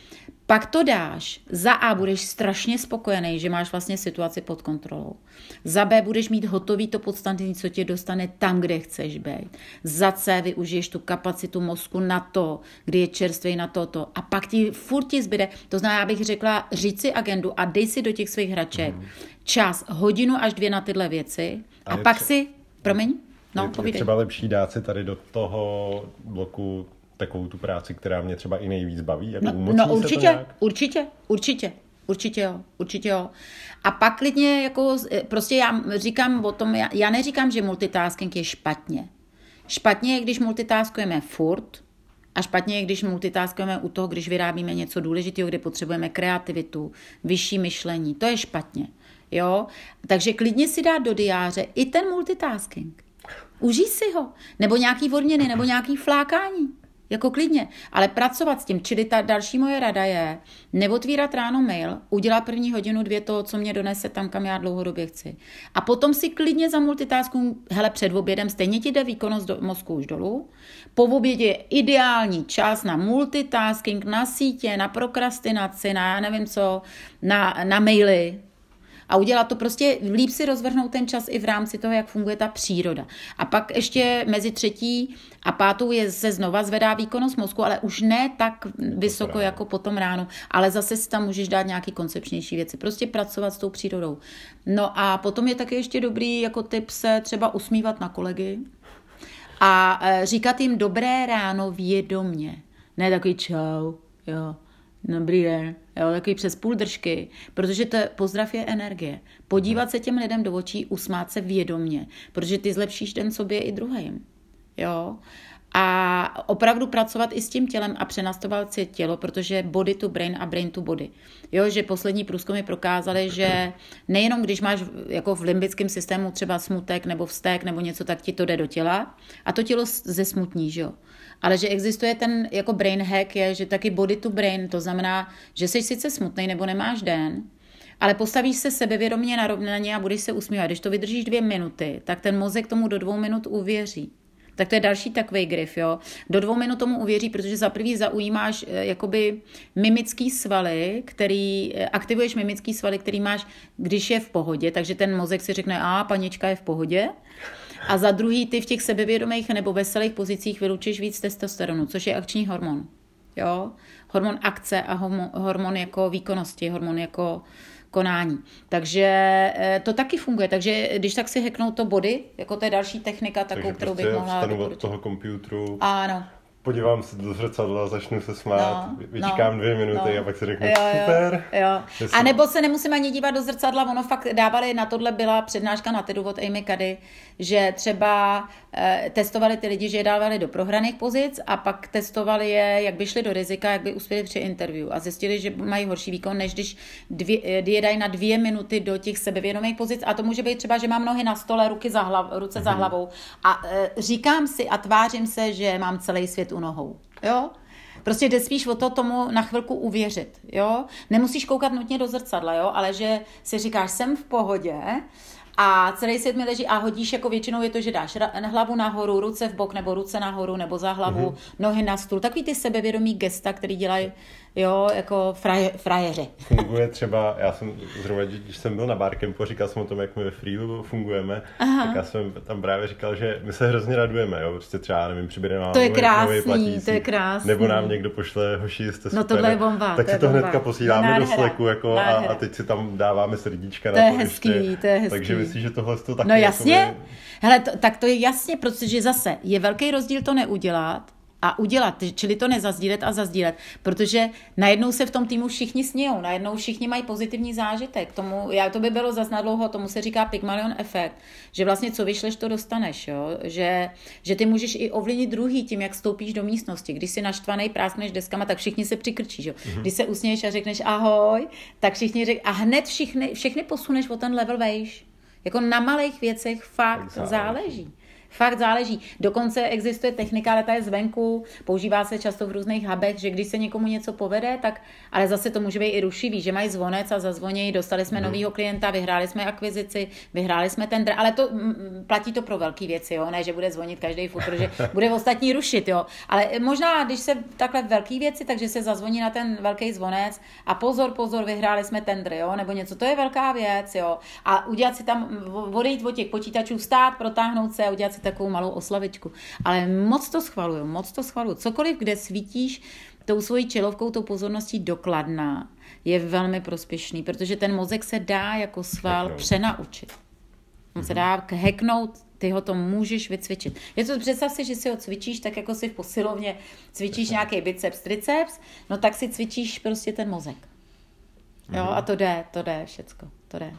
Speaker 1: Pak to dáš. Za A budeš strašně spokojený, že máš vlastně situaci pod kontrolou. Za B budeš mít hotový to podstatné, co tě dostane tam, kde chceš být. Za C využiješ tu kapacitu mozku na to, kdy je čerstvý na toto. A pak ti furt ti zbyde, to znamená, já bych řekla, říct si agendu a dej si do těch svých hraček mm. čas, hodinu až dvě na tyhle věci a, a pak tře- si, promiň, no,
Speaker 2: je,
Speaker 1: povídej.
Speaker 2: Je třeba lepší dát si tady do toho bloku takovou tu práci, která mě třeba i nejvíc baví? Jako
Speaker 1: no, no určitě, určitě, určitě, určitě jo, určitě jo. A pak klidně jako, prostě já říkám o tom, já, já neříkám, že multitasking je špatně. Špatně je, když multitaskujeme furt a špatně je, když multitaskujeme u toho, když vyrábíme něco důležitého, kde potřebujeme kreativitu, vyšší myšlení. To je špatně, jo. Takže klidně si dát do diáře i ten multitasking. Užij si ho. Nebo nějaký odměny, nebo nějaký flákání. Jako klidně, ale pracovat s tím, čili ta další moje rada je neotvírat ráno mail, udělat první hodinu, dvě to, co mě donese tam, kam já dlouhodobě chci. A potom si klidně za multitasking, hele, před obědem stejně ti jde výkonnost do mozku už dolů. Po obědě je ideální čas na multitasking, na sítě, na prokrastinaci, na já nevím co, na, na maily. A udělat to prostě, líp si rozvrhnout ten čas i v rámci toho, jak funguje ta příroda. A pak ještě mezi třetí a pátou je, se znova zvedá výkonnost mozku, ale už ne tak vysoko jako potom ráno, ale zase si tam můžeš dát nějaký koncepčnější věci. Prostě pracovat s tou přírodou. No a potom je taky ještě dobrý jako tip se třeba usmívat na kolegy a říkat jim dobré ráno vědomně. Ne takový čau, jo. Dobrý den, jo, takový přes půl držky, protože to pozdrav je energie. Podívat se těm lidem do očí, usmát se vědomně, protože ty zlepšíš den sobě i druhým. Jo? A opravdu pracovat i s tím tělem a přenastavovat si tělo, protože body to brain a brain to body. Jo, že poslední průzkumy prokázaly, že nejenom když máš jako v limbickém systému třeba smutek nebo vztek nebo něco, tak ti to jde do těla a to tělo zesmutní, že jo. Ale že existuje ten jako brain hack, je, že taky body to brain, to znamená, že jsi sice smutnej nebo nemáš den, ale postavíš se sebevědomě na rovnaně a budeš se usmívat. Když to vydržíš dvě minuty, tak ten mozek tomu do dvou minut uvěří. Tak to je další takový grif, jo. Do dvou minut tomu uvěří, protože za prvý zaujímáš jakoby mimický svaly, který, aktivuješ mimický svaly, který máš, když je v pohodě, takže ten mozek si řekne, a panička je v pohodě. A za druhý ty v těch sebevědomých nebo veselých pozicích vylučíš víc testosteronu, což je akční hormon. Jo? Hormon akce a hormon jako výkonnosti, hormon jako konání. Takže to taky funguje. Takže když tak si hacknout to body, jako to je další technika, takovou,
Speaker 2: takže
Speaker 1: kterou
Speaker 2: prostě
Speaker 1: bych mohla
Speaker 2: vstanu od toho počítače.
Speaker 1: Ano.
Speaker 2: Podívám se do zrcadla, začnu se smát, no, vyčkám
Speaker 1: no,
Speaker 2: dvě minuty
Speaker 1: no.
Speaker 2: a pak si řeknu,
Speaker 1: jo,
Speaker 2: super.
Speaker 1: Jo, jo. A nebo se nemusím ani dívat do zrcadla, ono fakt dávali, na tohle byla přednáška na TEDu od Amy Cuddy, že třeba eh, testovali ty lidi, že je dávali do prohraných pozic a pak testovali je, jak by šli do rizika, jak by uspěli při interview a zjistili, že mají horší výkon, než když dvě, je dají na dvě minuty do těch sebevědomých pozic a to může být třeba, že mám nohy na stole, ruky za hlav, ruce mm-hmm. za hlavou a eh, říkám si a tvářím se, že mám celý svět u nohou. Jo? Prostě jde spíš o to tomu na chvilku uvěřit, jo? Nemusíš koukat nutně do zrcadla, jo? Ale že si říkáš, jsem v pohodě a celý svět mi leží a hodíš, jako většinou je to, že dáš hlavu nahoru, ruce v bok nebo ruce nahoru nebo za hlavu, mm-hmm. nohy na stůl. Takový ty sebevědomý gesta, který dělají jo, jako fraje, frajeři.
Speaker 2: Funguje třeba, já jsem zrovna, když jsem byl na barcampu a říkal jsem o tom, jak my ve Freelu fungujeme, Aha. tak já jsem tam právě říkal, že my se hrozně radujeme, jo, prostě třeba, nevím, přibude nám
Speaker 1: to je krásný, platící, to je krásný.
Speaker 2: Nebo nám někdo pošle, hoši, jste super,
Speaker 1: no tohle je bomba,
Speaker 2: tak
Speaker 1: to
Speaker 2: si to
Speaker 1: bomba.
Speaker 2: hnedka posíláme
Speaker 1: Nádhera.
Speaker 2: do Slacku, jako, a, a teď si tam dáváme srdíčka to na to,
Speaker 1: hezký,
Speaker 2: ještě,
Speaker 1: to je hezký.
Speaker 2: Takže myslím, že tohle to taky...
Speaker 1: No jasně,
Speaker 2: jako
Speaker 1: hele, to, tak to je jasně, protože zase je velký rozdíl to neudělat, a udělat, čili to nezazdílet a zazdílet, protože najednou se v tom týmu všichni smějou, najednou všichni mají pozitivní zážitek. Tomu, já, to by bylo zas nadlouho, tomu se říká Pygmalion efekt, že vlastně co vyšleš, to dostaneš, jo? Že, že ty můžeš i ovlivnit druhý tím, jak vstoupíš do místnosti. Když jsi naštvanej, práskneš deskama, tak všichni se přikrčí, jo? Mm-hmm. Když se usměješ a řekneš ahoj, tak všichni řek, a hned všichni, všechny posuneš o ten level vejš. Jako na malých věcech fakt záleží. záleží. Fakt záleží. Dokonce existuje technika, ale ta je zvenku, používá se často v různých hubech, že když se někomu něco povede, tak, ale zase to může být i rušivý, že mají zvonec a zazvonějí, dostali jsme mm. novýho klienta, vyhráli jsme akvizici, vyhráli jsme tender, ale to m, platí to pro velké věci, jo? Ne, že bude zvonit každý furt, protože bude ostatní rušit, jo. Ale možná, když se takhle velké věci, takže se zazvoní na ten velký zvonec a pozor, pozor, vyhráli jsme tender, jo, nebo něco, to je velká věc, jo. A udělat si tam, odejít od těch počítačů, vstát, protáhnout se a udělat si takovou malou oslavičku. Ale moc to schvaluju, moc to schvaluju. Cokoliv, kde svítíš tou svojí čelovkou, tou pozorností dokladná, je velmi prospěšný, protože ten mozek se dá jako sval hacknout. Přenaučit. On mm-hmm. se dá hacknout, ty ho to můžeš vycvičit. Je to, představ si, že si ho cvičíš, tak jako si v posilovně cvičíš nějaký biceps, triceps, no tak si cvičíš prostě ten mozek. Jo, mm-hmm. a to jde, to jde všecko, to jde.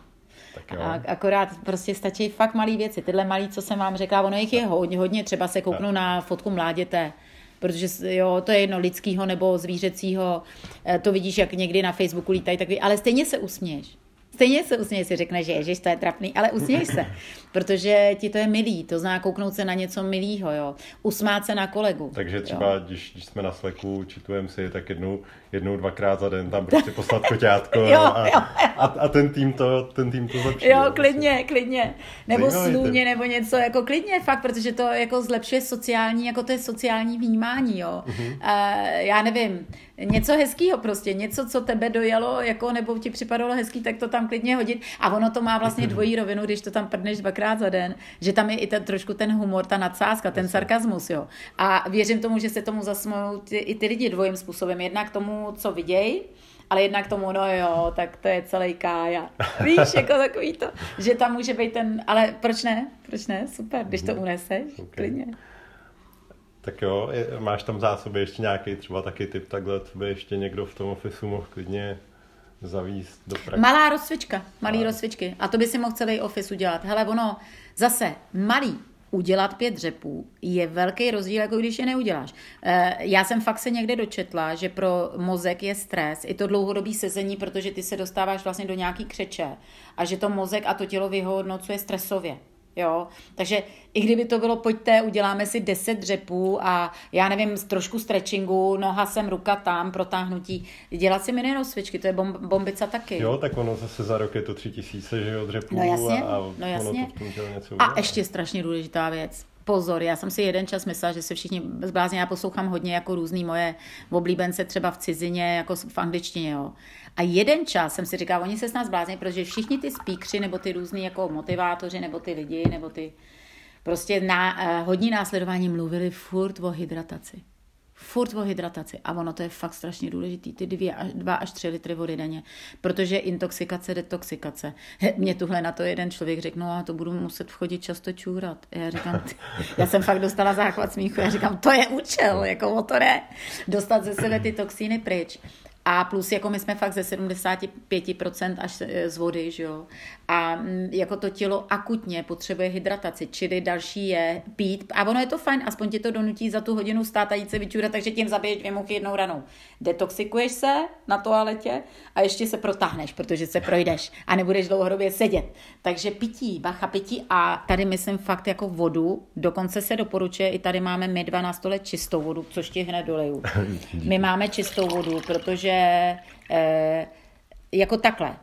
Speaker 1: A akorát prostě stačí fakt malý věci. Tyhle malý, co jsem vám řekla, ono jich je hodně, hodně. Třeba se kouknu na fotku mláděte, protože jo, to je jedno lidskýho nebo zvířecího. To vidíš, jak někdy na Facebooku lítají takový, ale stejně se usměješ. Stejně se usměješ, si řekne, že ježiš, to je trapný, ale usměj se, protože ti to je milý, to zná kouknout se na něco milýho, jo. Usmát se na kolegu.
Speaker 2: Takže třeba, když, když jsme na Slacku, čitujeme si, tak jednou, jednou, dvakrát za den tam prostě poslat koťátko
Speaker 1: jo,
Speaker 2: a,
Speaker 1: jo, jo.
Speaker 2: A, a ten tým to, ten tým to zlepší.
Speaker 1: Jo, klidně, klidně. Nebo slůně, nebo něco, jako klidně fakt, protože to jako zlepšuje sociální, jako to je sociální vnímání, jo. Uh-huh. Uh, já nevím, něco hezkýho prostě, něco, co tebe dojalo, jako, nebo ti připadalo hezký, tak to tam klidně hodit. A ono to má vlastně dvojí rovinu, když to tam prdneš dvakrát za den, že tam je i ten, trošku ten humor, ta nadsázka, ten sarkazmus, jo. A věřím tomu, že se tomu zasmou i ty lidi dvojím způsobem. Jednak tomu, co vidějí, ale jednak tomu, no jo, tak to je celý kája. Víš, jako takový to, že tam může být ten, ale proč ne? Proč ne? Super, když to uneseš, okay. Klidně.
Speaker 2: Tak jo, je, máš tam zásoby ještě nějaký třeba taky typ takhle, co by ještě někdo v tom ofisu mohl klidně zavíst do praxe.
Speaker 1: Malá rozcvička, malý a. rozcvičky. A to by si mohl celý office udělat. Hele, ono, zase, malý, udělat pět dřepů je velký rozdíl, jako když je neuděláš. Já jsem fakt se někde dočetla, že pro mozek je stres, i to dlouhodobý sezení, protože ty se dostáváš vlastně do nějaký křeče a že to mozek a to tělo vyhodnocuje stresově. Jo, takže i kdyby to bylo, pojďte, uděláme si deset dřepů a já nevím, trošku stretchingu, noha sem, ruka tam, protáhnutí, dělat si mini rozcvičky, to je bom, bombica taky.
Speaker 2: Jo, tak ono zase za rok je to tři tisíce, že jo, dřepů.
Speaker 1: No jasně,
Speaker 2: a, a
Speaker 1: no jasně.
Speaker 2: Ono to v tom těle něco
Speaker 1: a ještě strašně důležitá věc. Pozor, já jsem si jeden čas myslela, že se všichni zblázní, já poslouchám hodně jako různý moje oblíbence třeba v cizině, jako v angličtině, jo. A jeden čas jsem si říkala, oni se s nás blázní, protože všichni ty speakři, nebo ty různý jako motivátoři, nebo ty lidi, nebo ty prostě na, uh, hodní následování mluvili furt o hydrataci. Furt o hydrataci. A ono to je fakt strašně důležitý. Ty dvě, dva až tři litry vody denně. Protože intoxikace, detoxikace. Mě tuhle na to jeden člověk řekl, no a to budu muset chodit často čůrat. Já říkám, ty, já jsem fakt dostala záchvat smíchu. Já říkám, to je účel, jako o to ne. Dostat ze sebe ty toxíny pryč. A plus jako my jsme fakt ze sedmdesát pět procent až z vody, že jo. A jako to tělo akutně potřebuje hydrataci, čili další je pít. A ono je to fajn, aspoň ti to donutí za tu hodinu stát a jít se vyčůrat, takže tím zabiješ dvě muchy jednou ranou. Detoxikuješ se na toaletě a ještě se protáhneš, protože se projdeš a nebudeš dlouhodobě sedět. Takže pití, bacha pití a tady myslím fakt jako vodu. Dokonce se doporučuje, i tady máme my dva na stole čistou vodu, což ti hned doleju. My máme čistou vodu, protože eh, jako takhle.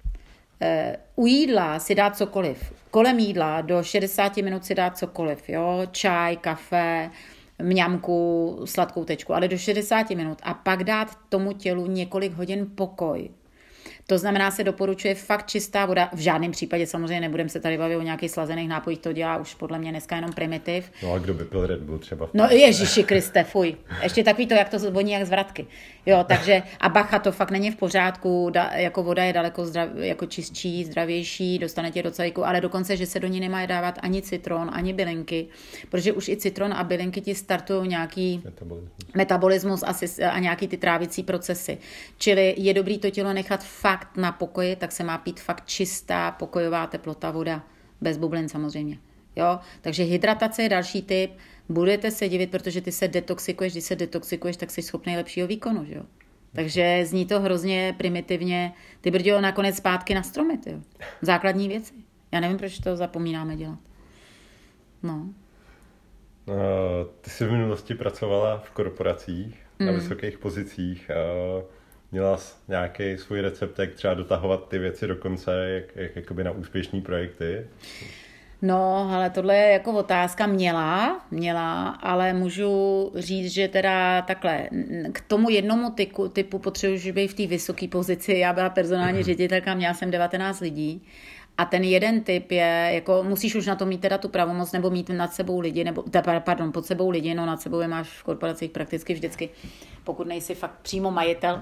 Speaker 1: U jídla si dát cokoliv. Kolem jídla do šedesát minut si dát cokoliv. Jo? Čaj, kafe, mňamku, sladkou tečku, ale do šedesát minut a pak dát tomu tělu několik hodin pokoj. To znamená, se doporučuje fakt čistá voda. V žádném případě samozřejmě nebudeme se tady bavit o nějakých slazených nápojích, to dělá už podle mě dneska jenom primitiv.
Speaker 2: No a kdo by pil Red Bull třeba?
Speaker 1: No ježiši Kriste, fuj. Ještě takový to, jak to voní jak z vratky. Jo, takže a bacha, to fakt není v pořádku, da, jako voda je daleko zdrav, jako čistší, zdravější, dostane tě do cajku, ale dokonce, že se do ní nemá dávat ani citron, ani bylinky, protože už i citron a bylinky ti startují nějaký metabolismus, metabolismus a, a nějaký ty trávicí procesy. Čili je dobrý to tělo nechat fakt na pokoji, tak se má pít fakt čistá pokojová teplota voda, bez bublin samozřejmě. Jo? Takže hydratace je další tip. Budete se divit, protože ty se detoxikuješ, když se detoxikuješ, tak jsi schopný lepšího výkonu. Že jo? Takže zní to hrozně primitivně. Ty brďo, nakonec zpátky na stromy. Tyjo. Základní věci. Já nevím, proč to zapomínáme dělat. No.
Speaker 2: Uh, ty jsi v minulosti pracovala v korporacích, mm. na vysokých pozicích. Uh, Měla jsi nějaký svůj recept, jak třeba dotahovat ty věci do konce, jak, jak jakoby na úspěšný projekty?
Speaker 1: No, ale tohle je jako otázka měla, měla, ale můžu říct, že teda takhle, k tomu jednomu typu, typu potřebuji být v té vysoké pozici. Já byla personální ředitelka, měla jsem devatenáct lidí. A ten jeden typ je, jako musíš už na to mít teda tu pravomoc, nebo mít nad sebou lidi, nebo, pardon, pod sebou lidi, no nad sebou je máš v korporacích prakticky vždycky, pokud nejsi fakt přímo majitel.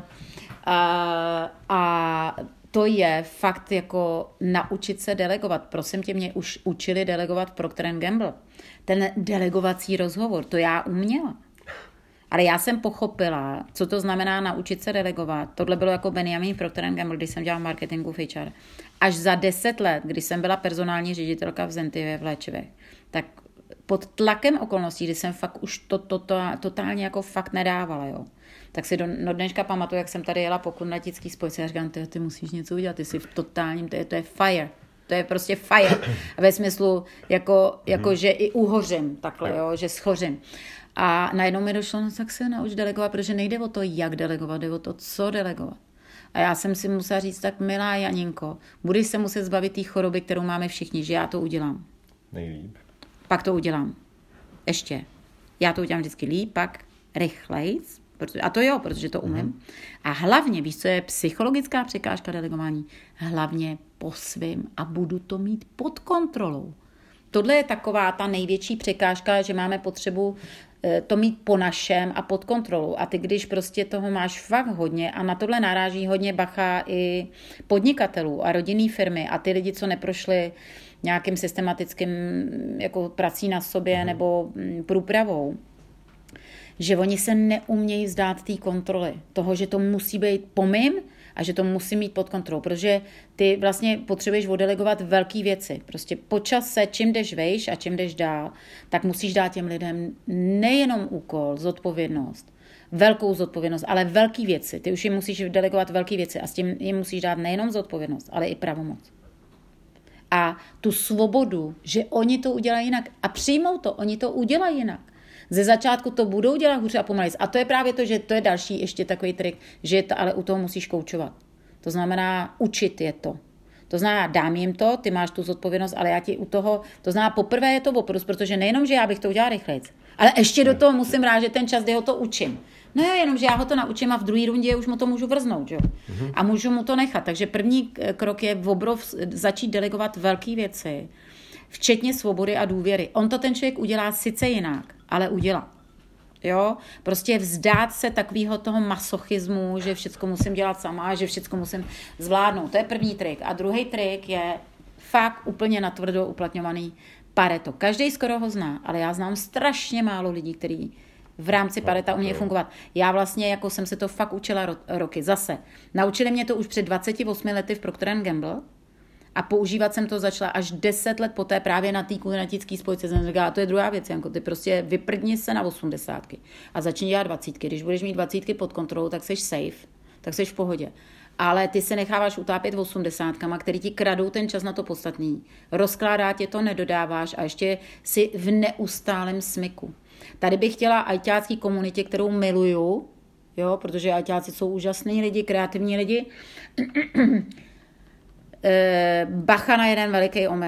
Speaker 1: A, a to je fakt jako naučit se delegovat. Prosím tě, mě už učili delegovat Procter and Gamble. Ten delegovací rozhovor, to já uměla. Ale já jsem pochopila, co to znamená naučit se delegovat. Tohle bylo jako Benjamin Procter and Gamble, když jsem dělala marketingu v H R. Až za deset let, když jsem byla personální ředitelka v Zentivě v léčivech, tak pod tlakem okolností, kdy jsem fakt už to, to, to totálně jako fakt nedávala, jo. Tak si do, do dneška pamatuju, jak jsem tady jela po kundatický spojce a říkám, ty, ty musíš něco udělat, ty jsi v totálním, to je, to je fire. To je prostě fire. Ve smyslu, jako, jako hmm. že i uhořím takhle, jo, že schořím. A najednou mi došlo, no tak se nauč delegovat, protože nejde o to, jak delegovat, jde o to, co delegovat. A já jsem si musela říct, tak milá Janinko, budeš se muset zbavit té choroby, kterou máme všichni, že já to udělám.
Speaker 2: Nejlíp.
Speaker 1: Pak to udělám. Ještě. Já to udělám vždycky líp, pak rychlejc, protože, a to jo, protože to umím. Mm. A hlavně, víš, co je psychologická překážka delegování? Hlavně po svým a budu to mít pod kontrolou. Tohle je taková ta největší překážka, že máme potřebu to mít po našem a pod kontrolou. A ty, když prostě toho máš fakt hodně a na tohle naráží hodně bacha i podnikatelů a rodinný firmy a ty lidi, co neprošli nějakým systematickým jako prací na sobě mm. nebo průpravou, že oni se neumějí vzdát té kontroly. Toho, že to musí být po mým a že to musí mít pod kontrolou, protože ty vlastně potřebuješ oddelegovat velké věci. Prostě po čase, čím jdeš vejš a čím jdeš dál, tak musíš dát těm lidem nejenom úkol, zodpovědnost, velkou zodpovědnost, ale velké věci. Ty už jim musíš delegovat velké věci a s tím jim musíš dát nejenom zodpovědnost, ale i pravomoc. A tu svobodu, že oni to udělají jinak a přijmou to, oni to udělají jinak. Ze začátku to budou dělat hůře a pomalejc. A to je právě to, že to je další ještě takový trik, že to, ale u toho musíš koučovat. To znamená učit je to. To znamená, dám jim to, ty máš tu zodpovědnost, ale já ti u toho, to znamená, poprvé je to oprus, protože nejenom, že já bych to udělala rychlejc, ale ještě do toho musím rád, že ten čas, kdy ho to učím. No jo, jenom, že já ho to naučím a v druhé rundě už mu to můžu vrznout, jo. Mm-hmm. A můžu mu to nechat. Takže první krok je v obrov začít delegovat velké věci, včetně svobody a důvěry. On to ten člověk udělá sice jinak, ale udělá. Jo? Prostě vzdát se takového toho masochismu, že všechno musím dělat sama, že všechno musím zvládnout. To je první trik. A druhý trik je fakt úplně natvrdo uplatňovaný Pareto. Každý skoro ho zná, ale já znám strašně málo lidí, kteří v rámci Pareta umějí fungovat. Já vlastně jako jsem se to fakt učila ro- roky. Zase. Naučili mě to už před dvaceti osmi lety v Procter and Gamble, a používat jsem to začala až deset let poté právě na té kundatické spojce. Jsem říkala, a to je druhá věc, Janko, ty prostě vyprdni se na osmdesátky a začni dělat dvacítky. Když budeš mít dvacítky pod kontrolou, tak jsi safe, tak jsi v pohodě. Ale ty se necháváš utápět osmdesátkama, který ti kradou ten čas na to podstatný. Rozkládá tě to, nedodáváš a ještě si v neustálém smyku. Tady bych chtěla ajťácký komunitě, kterou miluju, jo, protože ajťáci jsou úžasní lidi, kreativní lidi, bacha na jeden veliký omyl.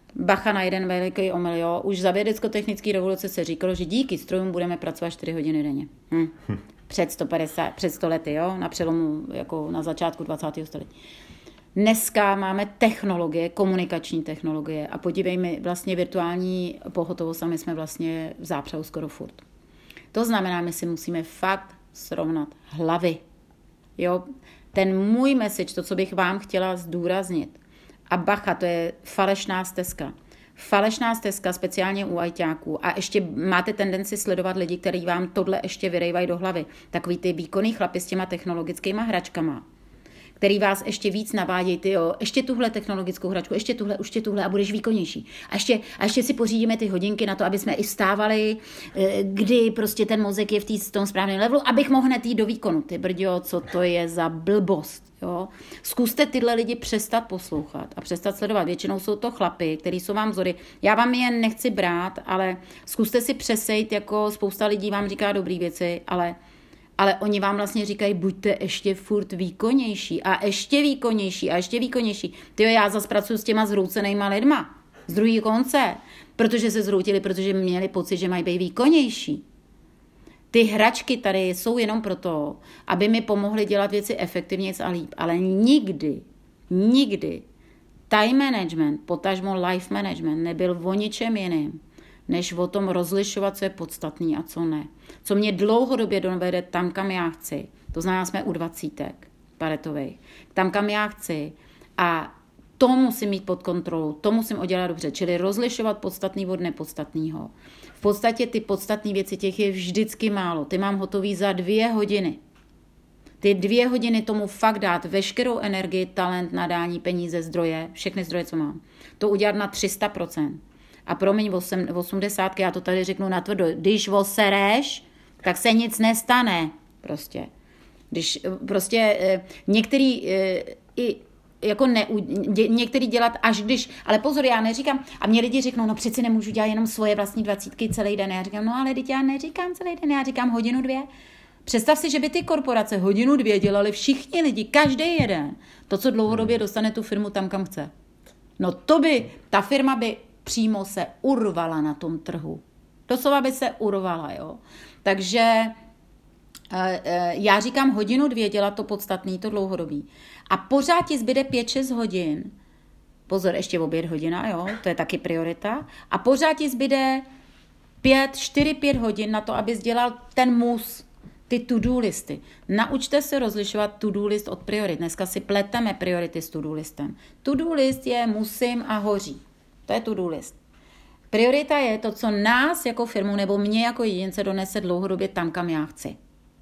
Speaker 1: Bacha na jeden veliký omyl, jo. Už za vědecko-technické revoluce se říkalo, že díky strojům budeme pracovat čtyři hodiny denně. Hm. Hm. Před sto padesát, před sto lety, jo, na přelomu, jako na začátku dvacátého století. Dneska máme technologie, komunikační technologie a podívej mi, vlastně virtuální pohotovost a my jsme vlastně v zápřehu skoro furt. To znamená, my si musíme fakt srovnat hlavy. Jo, ten můj message, to, co bych vám chtěla zdůraznit, a bacha, to je falešná stezka. Falešná stezka, speciálně u ajťáků. A ještě máte tendenci sledovat lidi, kteří vám tohle ještě vyrejvají do hlavy. Takový ty výkonný chlapi s těma technologickýma hračkama, který vás ještě víc navádějí, ty jo, ještě tuhle technologickou hračku, ještě tuhle, ještě tuhle a budeš výkonnější. A ještě, a ještě si pořídíme ty hodinky na to, aby jsme i vstávali, kdy prostě ten mozek je v, tý, v tom správném levelu, abych mohl hned jít do výkonu. Ty brďo, co to je za blbost. Jo? Zkuste tyhle lidi přestat poslouchat a přestat sledovat. Většinou jsou to chlapy, který jsou vám vzory. Já vám je nechci brát, ale zkuste si přesejt, jako spousta lidí vám říká dobrý věci, ale ale oni vám vlastně říkají, buďte ještě furt výkonnější a ještě výkonnější a ještě výkonnější. Tyjo, já zase pracuji s těma zhroucenýma lidma z druhé konce, protože se zhroutili, protože měli pocit, že mají být výkonnější. Ty hračky tady jsou jenom proto, aby mi pomohly dělat věci efektivněji a líp, ale nikdy, nikdy time management, potažmo life management nebyl o ničem jiným, než o tom rozlišovat, co je podstatný a co ne. Co mě dlouhodobě dovede tam, kam já chci. To znamená, jsme u dvacítek paretových. Tam, kam já chci. A to musím mít pod kontrolou, to musím udělat dobře. Čili rozlišovat podstatný od nepodstatného. V podstatě ty podstatné věci, těch je vždycky málo. Ty mám hotový za dvě hodiny. Ty dvě hodiny tomu fakt dát veškerou energii, talent, nadání, peníze, zdroje, všechny zdroje, co mám. To udělat na tři sta procent. A promiň, osmdesátky, já to tady řeknu natvrdo, když osereš, tak se nic nestane. Prostě. Když prostě některý i jako ne, některý dělat až když, ale pozor, já neříkám, a mě lidi řeknou, no přeci nemůžu dělat jenom svoje vlastní dvacítky celý den. Já říkám, no ale teď já neříkám celý den, já říkám hodinu, dvě. Představ si, že by ty korporace hodinu, dvě dělali všichni lidi, každý jeden. To, co dlouhodobě dostane tu firmu tam, kam chce. No to by, ta firma by přímo se urvala na tom trhu. Doslova by se urvala, jo. Takže já říkám hodinu, dvě dělat to podstatný, to dlouhodobý. A pořád ti zbyde pět šest hodin. Pozor, ještě oběd hodina, jo, to je taky priorita. A pořád ti zbyde pět, čtyři, pět hodin na to, abys dělal ten mus, ty to-do listy. Naučte se rozlišovat to-do list od priorit. Dneska si pleteme priority s to-do listem. To-do list je musím a hoří. To je to-do list. Priorita je to, co nás jako firmu nebo mě jako jedince donese dlouhodobě tam, kam já chci.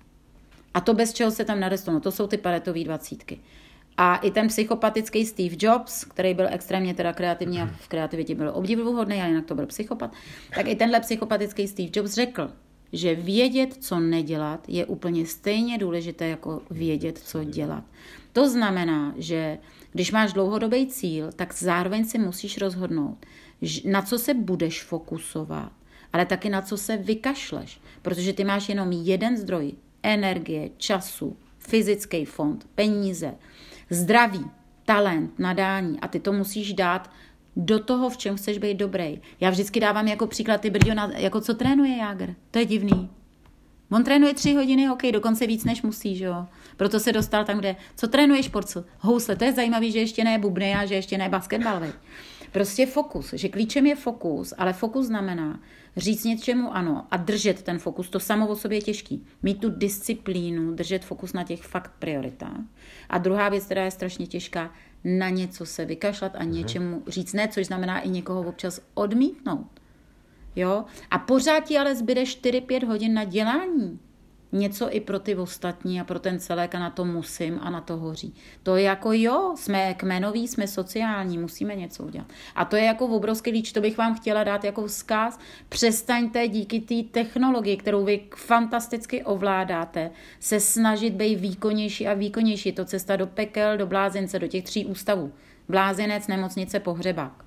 Speaker 1: A to bez čeho se tam nadestanu. To jsou ty paretové dvacítky. A i ten psychopatický Steve Jobs, který byl extrémně teda kreativní a v kreativitě byl obdivuhodný, ale jinak to byl psychopat, tak i tenhle psychopatický Steve Jobs řekl, že vědět, co nedělat, je úplně stejně důležité, jako vědět, co dělat. To znamená, že když máš dlouhodobý cíl, tak zároveň si musíš rozhodnout, na co se budeš fokusovat, ale taky na co se vykašleš, protože ty máš jenom jeden zdroj, energie, času, fyzický fond, peníze, zdraví, talent, nadání a ty to musíš dát do toho, v čem chceš být dobrý. Já vždycky dávám jako příklad ty brďo, jako co trénuje Jágr. To je divný. On trénuje tři hodiny hokej, dokonce víc než musí, že jo. Proto se dostal tam, kde, co trénuje športcl? Housle, to je zajímavý, že ještě ne bubny a že ještě ne basketbal, veď. Prostě fokus, že klíčem je fokus, ale fokus znamená říct něčemu ano a držet ten fokus, to samo o sobě je těžký. Mít tu disciplínu, držet fokus na těch fakt prioritách. A druhá věc, která je strašně těžká, na něco se vykašlat a něčemu říct ne, což znamená i někoho občas odmítnout. Jo? A pořád ti ale zbyde čtyři pět hodin na dělání. Něco i pro ty ostatní a pro ten celek a na to musím a na to hoří. To je jako jo, jsme kmenoví, jsme sociální, musíme něco udělat. A to je jako obrovský líč, to bych vám chtěla dát jako vzkaz. Přestaňte díky té technologii, kterou vy fantasticky ovládáte, se snažit být výkonnější a výkonnější. To cesta do pekel, do blázince, do těch tří ústavů. Blázinec, nemocnice, pohřebák.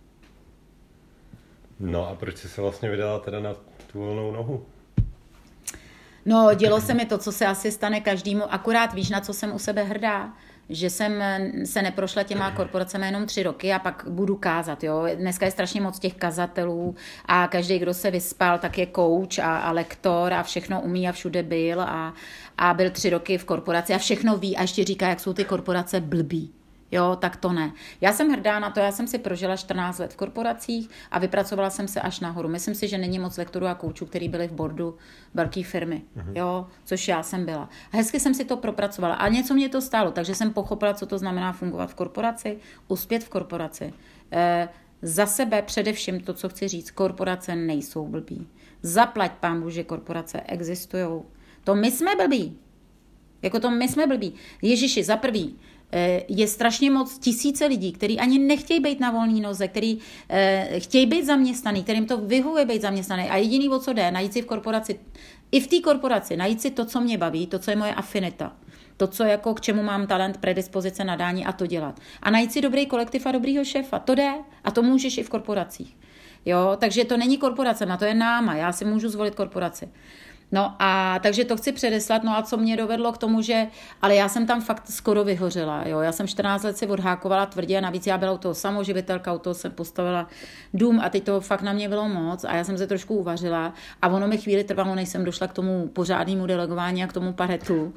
Speaker 2: No a proč jsi se vlastně vydala teda na tu volnou nohu?
Speaker 1: No, dělo se mi to, co se asi stane každému, akorát víš, na co jsem u sebe hrdá, že jsem se neprošla těma korporacemi jenom tři roky a pak budu kázat. Jo? Dneska je strašně moc těch kazatelů a každý, kdo se vyspal, tak je coach a, a lektor a všechno umí a všude byl a, a byl tři roky v korporaci a všechno ví a ještě říká, jak jsou ty korporace blbý. Jo, tak to ne. Já jsem hrdá na to, já jsem si prožila čtrnáct let v korporacích a vypracovala jsem se až nahoru. Myslím si, že není moc lektorů a koučů, který byli v boardu velké firmy, uh-huh. jo, což já jsem byla. A hezky jsem si to propracovala a něco mě to stálo, takže jsem pochopila, co to znamená fungovat v korporaci, uspět v korporaci. E, za sebe především to, co chci říct, korporace nejsou blbý. Zaplať pánbůh, že korporace existujou. To my jsme blbí. Jako to my jsme blbí. Ježiši, za prvý, je strašně moc tisíce lidí, kteří ani nechtějí být na volné noze, kteří eh, chtějí být zaměstnaný, kterým to vyhovuje být zaměstnaný a jediný, o co jde, najít si v korporaci, i v té korporaci, najít si to, co mě baví, to, co je moje afinita, to, co jako k čemu mám talent, predispozice, nadání a to dělat. A najít si dobrý kolektiv a dobrýho šéfa, to jde a to můžeš i v korporacích. Jo, takže to není korporace, to je náma, já si můžu zvolit korporaci. No a takže to chci předeslat, no a co mě dovedlo k tomu, že, ale já jsem tam fakt skoro vyhořela, jo, já jsem čtrnáct let si odhákovala tvrdě a navíc já byla u toho samoživitelka, u toho jsem postavila dům a teď to fakt na mě bylo moc a já jsem se trošku uvařila a ono mi chvíli trvalo, než jsem došla k tomu pořádnému delegování a k tomu paretu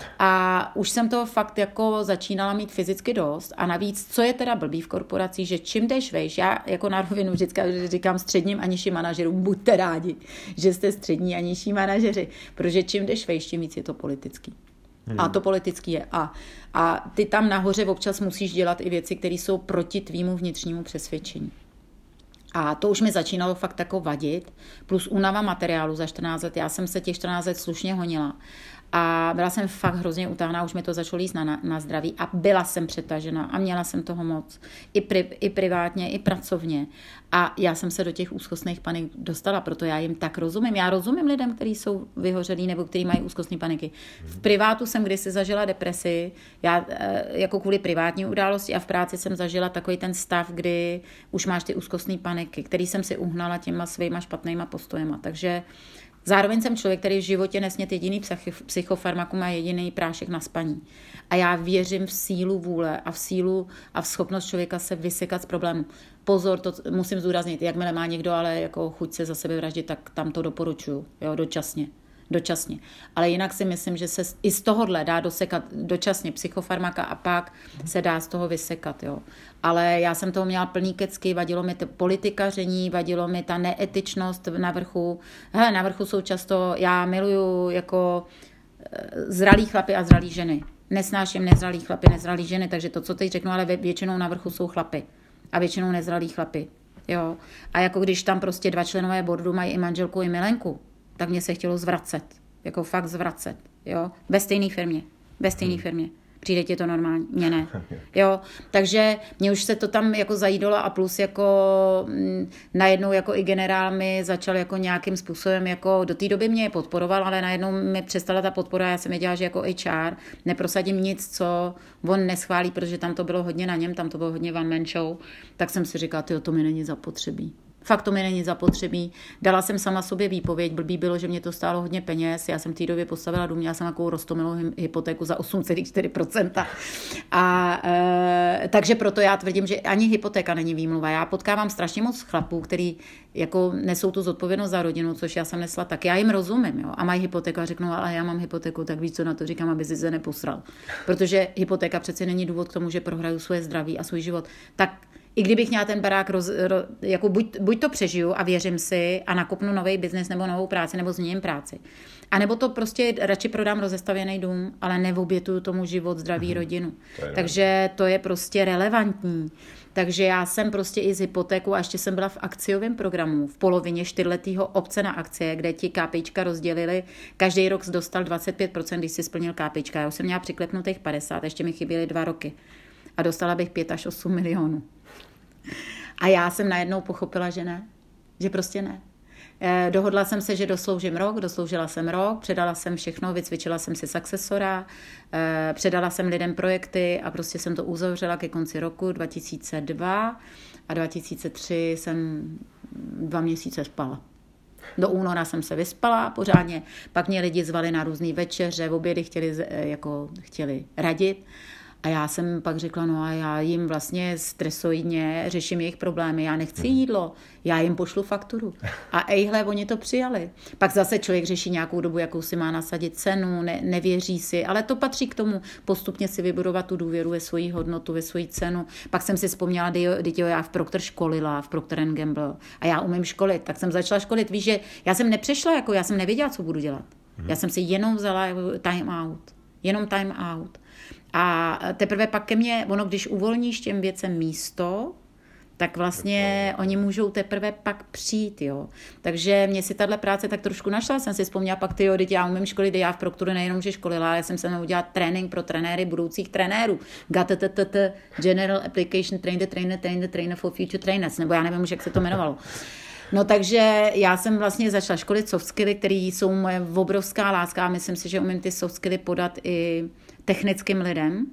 Speaker 1: a už jsem to fakt jako začínala mít fyzicky dost a navíc, co je teda blbý v korporaci, že čím jdeš vejš, já jako na rovinu vždycky říkám středním a nižším manažerům, buďte rádi, že jste střední a nižší manažer, protože čím jdeš vejš, tím víc je to politický. Hmm. A to politický je. A, a ty tam nahoře občas musíš dělat i věci, které jsou proti tvýmu vnitřnímu přesvědčení. A to už mi začínalo fakt jako vadit. Plus únava materiálu za čtrnáct let. Já jsem se těch čtrnáct let slušně honila. A byla jsem fakt hrozně utáhná, už mi to začalo jíst na, na zdraví a byla jsem přetažena a měla jsem toho moc. I, pri, i privátně, i pracovně. A já jsem se do těch úzkostných panik dostala, proto já jim tak rozumím. Já rozumím lidem, kteří jsou vyhořelí nebo kteří mají úzkostné paniky. V privátu jsem kdysi zažila depresi, já jako kvůli privátní události a v práci jsem zažila takový ten stav, kdy už máš ty úzkostné paniky, který jsem si uhnala těma svýma špatnýma postojema. Takže zároveň jsem člověk, který v životě nesmět jediný psychofarmakum a jediný prášek na spaní. A já věřím v sílu vůle a v sílu a v schopnost člověka se vysekat z problému. Pozor, to musím zdůraznit, jakmile má někdo ale jako chuť se za sebe vraždit, tak tam to doporučuju, jo, dočasně. Dočasně. Ale jinak si myslím, že se i z tohohle dá dosekat dočasně psychofarmaka a pak se dá z toho vysekat. Jo. Ale já jsem toho měla plný kecky, vadilo mi to politikaření, vadilo mi ta neetičnost na vrchu. Hele, na vrchu jsou často, já miluju jako zralý chlapy a zralý ženy. Nesnáším nezralý chlapy, nezralý ženy, takže to, co teď řeknu, ale většinou na vrchu jsou chlapy a většinou nezralý chlapy. Jo. A jako když tam prostě dva členové boardu mají i manželku, i milenku, tak mě se chtělo zvracet. Jako fakt zvracet. Jo? Ve stejné firmě. Ve stejné firmě. Přijde ti to normálně? Mně ne. Jo? Takže mě už se to tam jako zajídolo a plus jako m, najednou jako i generál mi začal jako nějakým způsobem jako do té doby mě podporoval, ale najednou mi přestala ta podpora. Já jsem věděla, že jako H R neprosadím nic, co on neschválí, protože tam to bylo hodně na něm, tam to bylo hodně one man show, tak jsem si říkala, tyjo, to mi není zapotřebí. Fakt to mi není zapotřebí. Dala jsem sama sobě výpověď, blbý bylo, že mě to stálo hodně peněz. Já jsem v té době postavila dům, měla jsem takovou roztomilou hypotéku za osm celá čtyři procenta. A e, takže proto já tvrdím, že ani hypotéka není výmluva. Já potkávám strašně moc chlapů, který jako nesou tu zodpovědnost za rodinu, což já jsem nesla tak. Já jim rozumím, jo. A mají hypotéku a řeknou, ale já mám hypotéku, tak víš, co na to říkám, aby si se neposral. Protože hypotéka přece není důvod k tomu, že prohraju svoje zdraví a svůj život. Tak i kdybych měla ten barák, roz, ro, jako buď, buď to přežiju a věřím si a nakopnu nový biznes nebo novou práci nebo změním práci. A nebo to prostě radši prodám rozestavěný dům, ale neobětuju tomu život, zdraví, mm-hmm. rodinu. To Takže to je prostě relevantní. Takže já jsem prostě i z hypotéku a ještě jsem byla v akciovém programu v polovině čtyřletého opce na akcie, kde ti KPIčka rozdělili, každý rok dostal dvacet pět procent, když si splnil KPIčka. Já už jsem měla přiklepnutých padesát, ještě mi chyběly dva roky. A dostala bych pět až osm milionů. A já jsem najednou pochopila, že ne. Že prostě ne. Eh, dohodla jsem se, že dosloužím rok, dosloužila jsem rok, předala jsem všechno, vycvičila jsem si successora, eh, předala jsem lidem projekty a prostě jsem to uzavřela ke konci roku dva tisíce dva a dva tisíce tři jsem dva měsíce spala. Do února jsem se vyspala pořádně, pak mě lidi zvali na různý večeře, v obědy chtěli, jako, chtěli radit. A já jsem pak řekla, no a já jim vlastně stresoidně řeším jejich problémy, já nechci jídlo, já jim pošlu fakturu. A ejhle, oni to přijali. Pak zase člověk řeší nějakou dobu, jakou si má nasadit cenu, ne, nevěří si, ale to patří k tomu postupně si vybudovat tu důvěru ve svoji hodnotu, ve svoji cenu. Pak jsem si vzpomněla, kdy já v Procter školila, v Procter and Gamble a já umím školit, tak jsem začala školit. Víš, že já jsem nepřešla, jako já jsem nevěděla, co budu dělat. Já jsem si jenom vzala time out. Jenom time out. A teprve pak ke mně, ono, když uvolníš těm věcem místo, tak vlastně oni můžou teprve pak přijít, jo. Takže mě si tahle práce tak trošku našla, jsem si vzpomněla pak, ty jo, teď já umím školit, já v Proctoru nejenom, že školila, já jsem se mnou udělat trénink pro trenéry budoucích trenérů. G A T T T T, General Application Trainer, Trainer, Trainer, Trainer for Future Trainers, nebo já nevím už, jak se to jmenovalo. No takže já jsem vlastně začala školit soft skilly, které jsou moje obrovská láska a myslím si, že umím ty soft skilly podat i technickým lidem.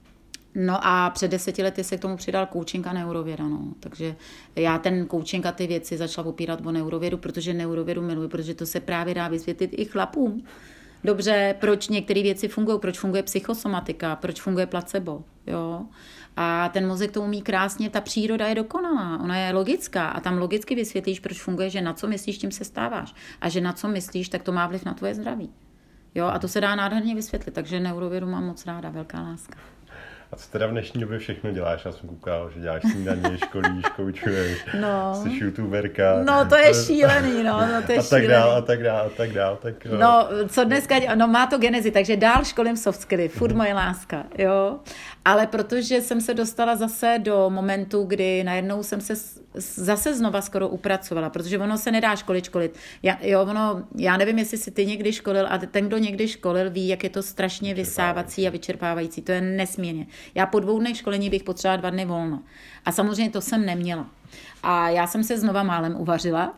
Speaker 1: No a před deseti lety se k tomu přidal coaching a neurověda, no. Takže já ten coaching a ty věci začala opírat o neurovědu, protože neurovědu miluji, protože to se právě dá vysvětlit i chlapům. Dobře, proč některé věci fungují, proč funguje psychosomatika, proč funguje placebo, jo. A ten mozek to umí krásně, ta příroda je dokonalá, ona je logická a tam logicky vysvětlíš, proč funguje, že na co myslíš, tím se stáváš. A že na co myslíš, tak to má vliv na tvoje zdraví. Jo, a to se dá nádherně vysvětlit, takže neurovědu mám moc ráda, velká láska.
Speaker 2: A co teda v dnešní době všechno děláš? Já jsem koukal, že děláš snídaně, školíš, koučuješ,
Speaker 1: no.
Speaker 2: jsi youtuberka.
Speaker 1: No to je šílený, no, no to je
Speaker 2: a tak
Speaker 1: šílený.
Speaker 2: dál, a tak dál, a tak dál. Tak,
Speaker 1: no. no, co dneska, no má to genezi, takže dál školím soft skilly, furt mm. moje láska, jo. Ale protože jsem se dostala zase do momentu, kdy najednou jsem se zase znova skoro upracovala, protože ono se nedá školit, školit. Já, jo, ono, já nevím, jestli si ty někdy školil a ten, kdo někdy školil, ví, jak je to strašně vysávací a vyčerpávající. To je nesmírně. Já po dvou dnech školení bych potřebovala dva dny volno. A samozřejmě to jsem neměla. A já jsem se znova málem uvařila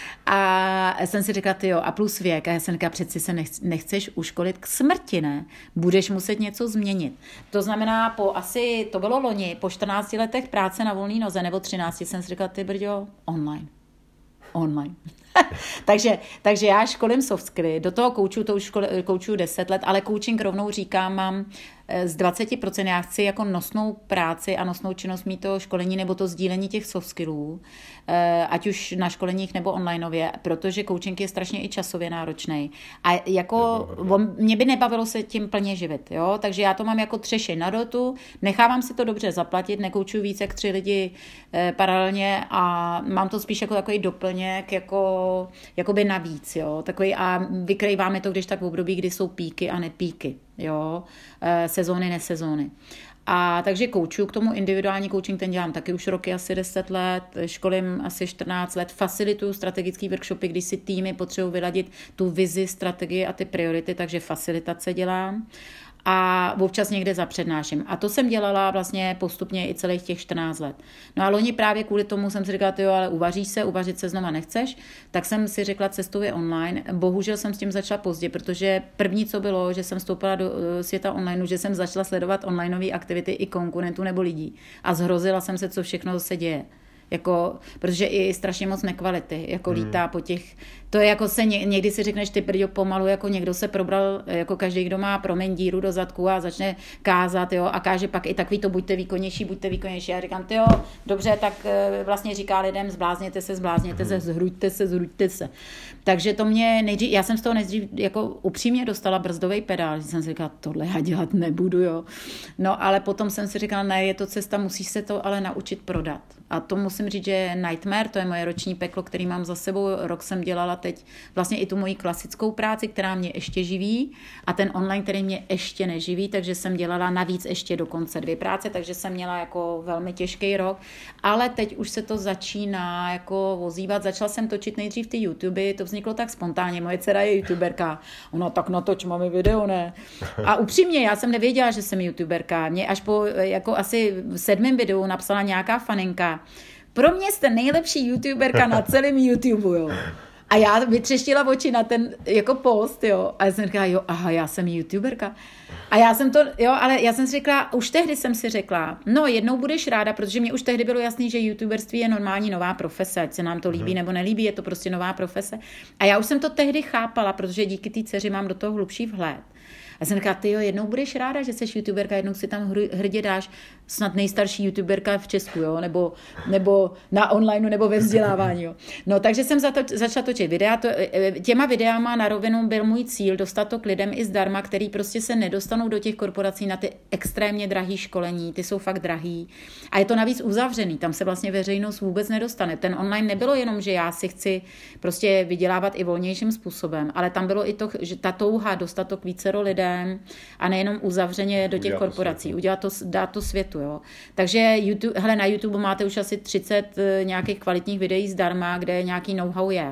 Speaker 1: a jsem si řekla, ty jo, a plus věk. A já jsem říkala, přeci se nechceš uškolit k smrti, ne? Budeš muset něco změnit. To znamená, po asi, to bylo loni, po čtrnácti letech práce na volný noze, nebo třinácti, jsem si řekla, ty brďo, online. Online. takže, takže já školím soft skilly, do toho kouču, to už koučuju deset let, ale coaching rovnou říkám, mám z dvacet procent já chci jako nosnou práci a nosnou činnost mít to školení nebo to sdílení těch soft skillů, ať už na školeních nebo onlineově, protože coaching je strašně i časově náročný. A jako mě by nebavilo se tím plně živit, jo? Takže já to mám jako třeši na dotu, nechávám si to dobře zaplatit, nekoučuju víc jak tři lidi paralelně a mám to spíš jako takový doplněk, jako, jakoby navíc, jo? Takový, a vykrýváme to, když tak v období, kdy jsou píky a nepíky. Jo, sezóny, nesezóny. A takže koučuju k tomu individuální coaching, ten dělám taky už roky, asi deset let, školím asi čtrnáct let, facilituju strategické workshopy, když si týmy potřebují vyladit tu vizi, strategii a ty priority, takže facilitace dělám. A občas někde zapřednáším. A to jsem dělala vlastně postupně i celých těch čtrnáct let. No a loni právě kvůli tomu jsem si řekla, jo, ale uvaříš se, uvařit se znova nechceš, tak jsem si řekla cestově online. Bohužel jsem s tím začala pozdě, protože první, co bylo, že jsem vstoupila do světa online, že jsem začala sledovat onlineové aktivity i konkurentů nebo lidí. A zhrozila jsem se, co všechno se děje. Jako, protože i strašně moc nekvality, jako hmm. lítá po těch, to je jako se ně, někdy si řekneš, ty prďo, pomalu, jako někdo se probral, jako každý, kdo má proměň díru do zadku a začne kázat, jo, a káže pak i takový to, buďte výkonnější, buďte výkonnější. Já říkám, ty jo, dobře, tak vlastně říká lidem, zblázněte se, zblázněte se, zhruďte se, zhruďte se. Takže to mě nejdřív, já jsem z toho nejdřív jako upřímně dostala brzdový pedál, že jsem si říkala, tohle já dělat nebudu, jo. No, ale potom jsem si říkala, ne, je to cesta, musíš se to ale naučit prodat. A to musím říct, že Nightmare, to je moje roční peklo, který mám za sebou. Rok jsem dělala teď vlastně i tu moji klasickou práci, která mě ještě živí, a ten online, který mě ještě neživí, takže jsem dělala navíc ještě dokonce dvě práce, takže jsem měla jako velmi těžký rok, ale teď už se to začíná jako ozývat. Začala jsem točit nejdřív ty YouTube, to vzniklo tak spontánně, moje dcera je youtuberka, ona tak natoč, máme video, ne? A upřímně, já jsem nevěděla, že jsem youtuberka, mě až po jako asi sedmém videu napsala nějaká faninka, pro mě jste nejlepší youtuberka na celém YouTube, jo. A já vytřeštila oči na ten jako post, jo. A já jsem říkala, jo, aha, já jsem youtuberka. A já jsem to, jo, ale já jsem si řekla, už tehdy jsem si řekla, no jednou budeš ráda, protože mě už tehdy bylo jasný, že youtuberství je normální nová profese, ať se nám to líbí nebo nelíbí, je to prostě nová profese. A já už jsem to tehdy chápala, protože díky té dceři mám do toho hlubší vhled. A jsem říkala, ty jo, jednou budeš ráda, že jsi youtuberka, jednou si tam hrdě dáš snad nejstarší youtuberka v Česku, jo, nebo, nebo na online, nebo ve vzdělávání, jo. No, takže jsem za to, začala točit videa. To, těma videama na rovinu byl můj cíl dostat to k lidem i zdarma, který prostě se nedostanou do těch korporací na ty extrémně drahý školení, ty jsou fakt drahý. A je to navíc uzavřený, tam se vlastně veřejnost vůbec nedostane. Ten online nebylo jenom, že já si chci prostě vydělávat i volnějším způsobem, ale tam bylo i to, že ta touha dostat to k vícero lidem a nejenom uzavřeně do těch udělat korporací, to udělat to, dát to světu, jo. Takže YouTube, hele, na YouTube máte už asi třicet nějakých kvalitních videí zdarma, kde nějaký know-how je.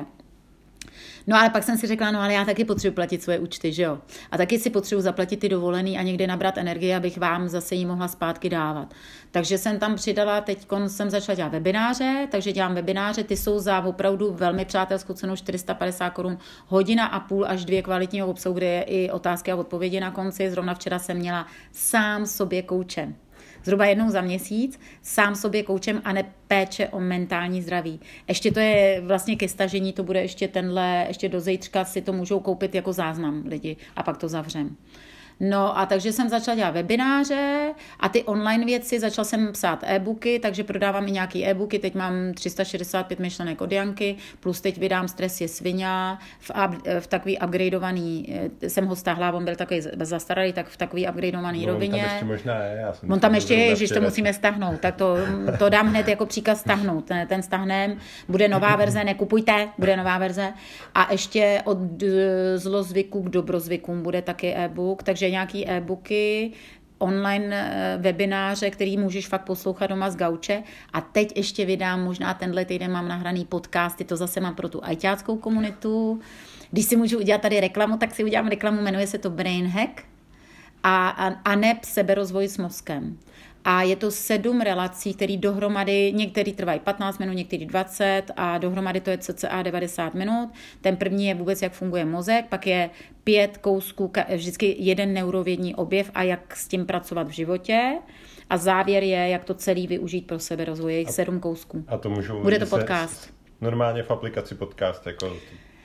Speaker 1: No ale pak jsem si řekla, no ale já taky potřebuji platit svoje účty, že jo. A taky si potřebuji zaplatit ty dovolený a někde nabrat energii, abych vám zase jí mohla zpátky dávat. Takže jsem tam přidala, teď jsem začala dělat webináře, takže dělám webináře, ty jsou za opravdu velmi přátelskou cenou čtyři sta padesát korun, hodina a půl až dvě kvalitního obsahu, kde je i otázky a odpovědi na konci. Zrovna včera jsem měla sám sobě koučem. Zhruba jednou za měsíc, sám sobě koučem a ne péče o mentální zdraví. Ještě to je vlastně ke stažení, to bude ještě tenhle, ještě do zítřka si to můžou koupit jako záznam lidi a pak to zavřem. No a takže jsem začala dělat webináře a ty online věci, začala jsem psát e-booky, takže prodávám i nějaký e-booky, teď mám tři sta šedesát pět myšlenek od Janky, plus teď vydám Stres je sviňa v, up, v takový upgradeovaný, jsem ho stáhla, on byl takový zastaralý, tak v takový upgradeovaný
Speaker 2: no,
Speaker 1: rovině.
Speaker 2: On tam ještě možná je, já jsem
Speaker 1: On tam ještě je, ježiš, to musíme stáhnout, tak to, to dám hned jako příkaz stáhnout, ten, ten stáhnem, bude nová verze, nekupujte, bude nová verze a ještě od zlozvyku k dobrozvykům bude taky e-book, takže nějaký e-booky, online webináře, který můžeš fakt poslouchat doma z gauče a teď ještě vydám, možná tenhle týden mám nahraný podcasty, to zase mám pro tu ajťáckou komunitu. Když si můžu udělat tady reklamu, tak si udělám reklamu, jmenuje se to Brain Hack a, a, a ne seberozvoj s mozkem. A je to sedm relací, které dohromady, některý trvají patnáct minut, některý dvacet a dohromady to je cca devadesát minut. Ten první je vůbec, jak funguje mozek, pak je pět kousků, vždycky jeden neurovědní objev a jak s tím pracovat v životě. A závěr je, jak to celý využít pro seberozvoj, je jich sedm kousků.
Speaker 2: A to můžou
Speaker 1: bude to podcast.
Speaker 2: Normálně v aplikaci podcast, jako...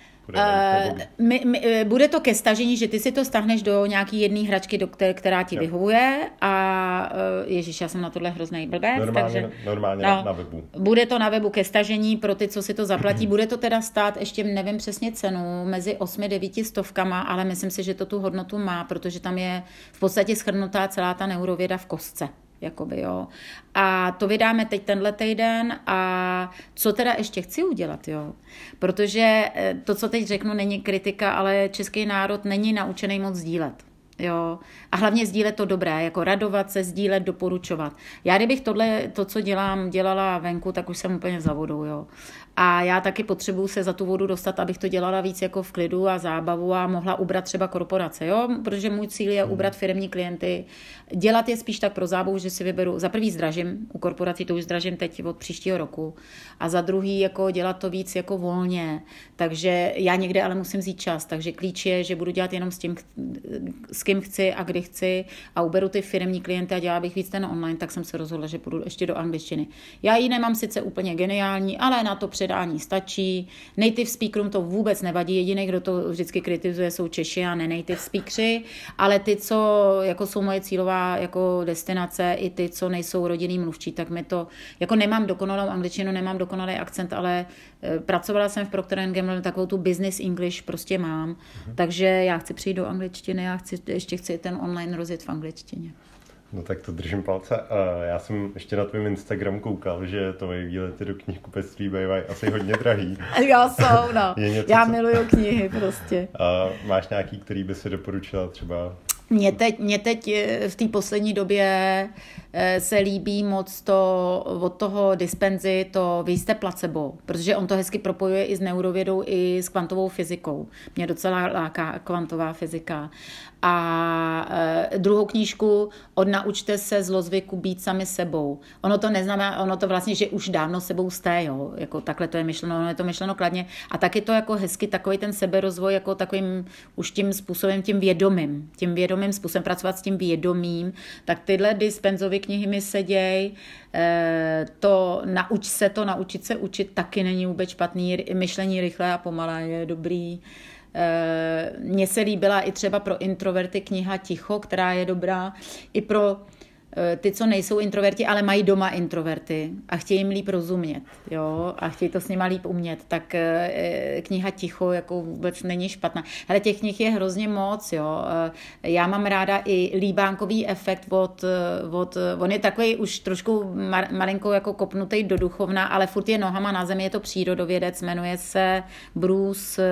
Speaker 1: Uh, my, my, bude to ke stažení, že ty si to stáhneš do nějaký jedné hračky, do které, která ti jo. vyhovuje a uh, ježiš, já jsem na tohle hrozný blbec.
Speaker 2: Normálně,
Speaker 1: takže,
Speaker 2: normálně
Speaker 1: no,
Speaker 2: na webu.
Speaker 1: Bude to na webu ke stažení pro ty, co si to zaplatí. Bude to teda stát, ještě nevím přesně cenu, mezi osmi devíti stovkama, ale myslím si, že to tu hodnotu má, protože tam je v podstatě shrnutá celá ta neurověda v kostce. Jakoby, jo. A to vydáme teď tenhle týden a co teda ještě chci udělat, jo. Protože to, co teď řeknu, není kritika, ale český národ není naučený moc sdílet. Jo. A hlavně sdílet to dobré, jako radovat se, sdílet, doporučovat. Já kdybych tohle, to, co dělám, dělala venku, tak už jsem úplně za vodou, jo. A já taky potřebuju se za tu vodu dostat, abych to dělala víc jako v klidu a zábavu a mohla ubrat třeba korporace, jo, protože můj cíl je ubrat firemní klienty. Dělat je spíš tak pro zábavu, že si vyberu, za prvý zdražím, u korporací to už zdražím teď od příštího roku a za druhý jako dělat to víc jako volně, takže já někde ale musím vzít čas, takže klíč je, že budu dělat jenom s tím, s kým chci a kdy chci a uberu ty firemní klienty a dělala bych víc ten online, tak jsem se rozhodla, že půjdu ještě do angličtiny. Já ji nemám sice úplně geniální, ale na to předání stačí. Native speakerům to vůbec nevadí, jediný, kdo to vždycky kritizuje, jsou Češi a ne native speakeři, ale ty, co jako jsou moje cílová jako destinace, i ty, co nejsou rodinný mluvčí, tak mi to, jako nemám dokonalou angličtinu, nemám dokonalý akcent, ale e, pracovala jsem v Procter and Gamble, takovou tu business English prostě mám, mhm. takže já chci přijít do angličtiny, já chci, ještě chci ten online rozjet v angličtině.
Speaker 2: No tak to držím palce. Já jsem ještě na tvém Instagramu koukal, že tvoje výlety do knihkupectví bývají asi hodně drahý.
Speaker 1: Jo, jsou, no.
Speaker 2: něco,
Speaker 1: Já
Speaker 2: co...
Speaker 1: miluju knihy prostě.
Speaker 2: A máš nějaký, který by si doporučila třeba?
Speaker 1: Mně teď, mě teď v té poslední době se líbí moc to od toho Dispenzy, to vy jste placebo, protože on to hezky propojuje i s neurovědou, i s kvantovou fyzikou. Mě docela láká kvantová fyzika. A e, druhou knížku Odnaučte se zlozvyku být sami sebou. Ono to neznamená, ono to vlastně, že už dávno sebou jste, jo, jako takhle to je myšleno, ono je to myšleno kladně a taky to jako hezky takový ten seberozvoj jako takovým už tím způsobem, tím vědomým, tím vědomým způsobem pracovat s tím vědomím, tak tyhle Dispenzovy knihy mi seděj, e, to nauč se to, naučit se učit taky není vůbec špatný, myšlení rychlé a pomalé je dobrý. Mně se líbila i třeba pro introverty kniha Ticho, která je dobrá i pro ty, co nejsou introverti, ale mají doma introverty a chtějí jim líp rozumět, jo, a chtějí to s nima líp umět, tak kniha Ticho jako vůbec není špatná. Ale těch knih je hrozně moc, jo. Já mám ráda i líbánkový efekt od, od on je takový už trošku malinkou jako kopnutý do duchovna, ale furt je nohama na zemi, je to přírodovědec, jmenuje se Bruce,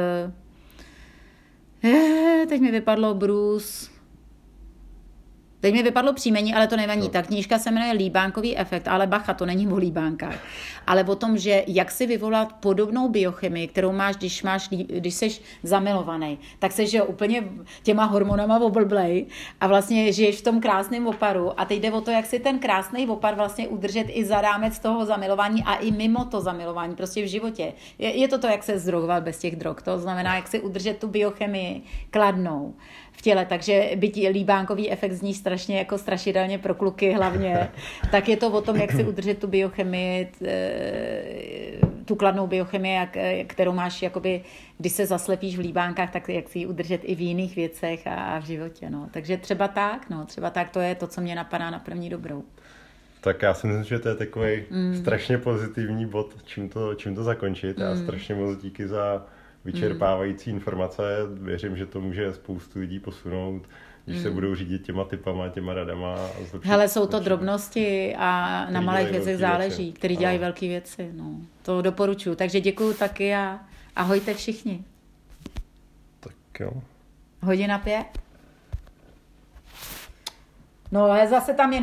Speaker 1: teď mi vypadlo Bruce, Teď mi vypadlo příjmení, ale to nevadí. No. Ta knížka se jmenuje Líbánkový efekt, ale bacha, to není o líbánkách. Ale o tom, že jak si vyvolat podobnou biochemii, kterou máš, když, máš, když jsi zamilovaný, tak seš že úplně těma hormonama oblblej a vlastně žiješ v tom krásném oparu a teď jde o to, jak si ten krásný opar vlastně udržet i za rámec toho zamilování a i mimo to zamilování, prostě v životě. Je, je to to, jak se zdrogovat bez těch drog, to znamená, jak si udržet tu biochemii kladnou v těle, takže byť líbánkový efekt zní strašně jako strašidelně pro kluky hlavně, tak je to o tom, jak si udržet tu biochemii, tu kladnou biochemii, kterou máš, jakoby, když se zaslepíš v líbánkách, tak jak si ji udržet i v jiných věcech a v životě. No. Takže třeba tak, no, třeba tak to je to, co mě napadá na první dobrou.
Speaker 2: Tak já si myslím, že to je takový mm. strašně pozitivní bod, čím to, čím to zakončit. Mm. A strašně moc díky za vyčerpávající mm. informace. Věřím, že to může spoustu lidí posunout, když mm. se budou řídit těma typama, těma radama. A zlepšit,
Speaker 1: hele, jsou to zlepšit. Drobnosti a na malých věcech záleží, které dělají velké věci. No. To doporučuji. Takže děkuju taky a ahojte všichni.
Speaker 2: Tak jo.
Speaker 1: Hodina pět. No ale zase tam je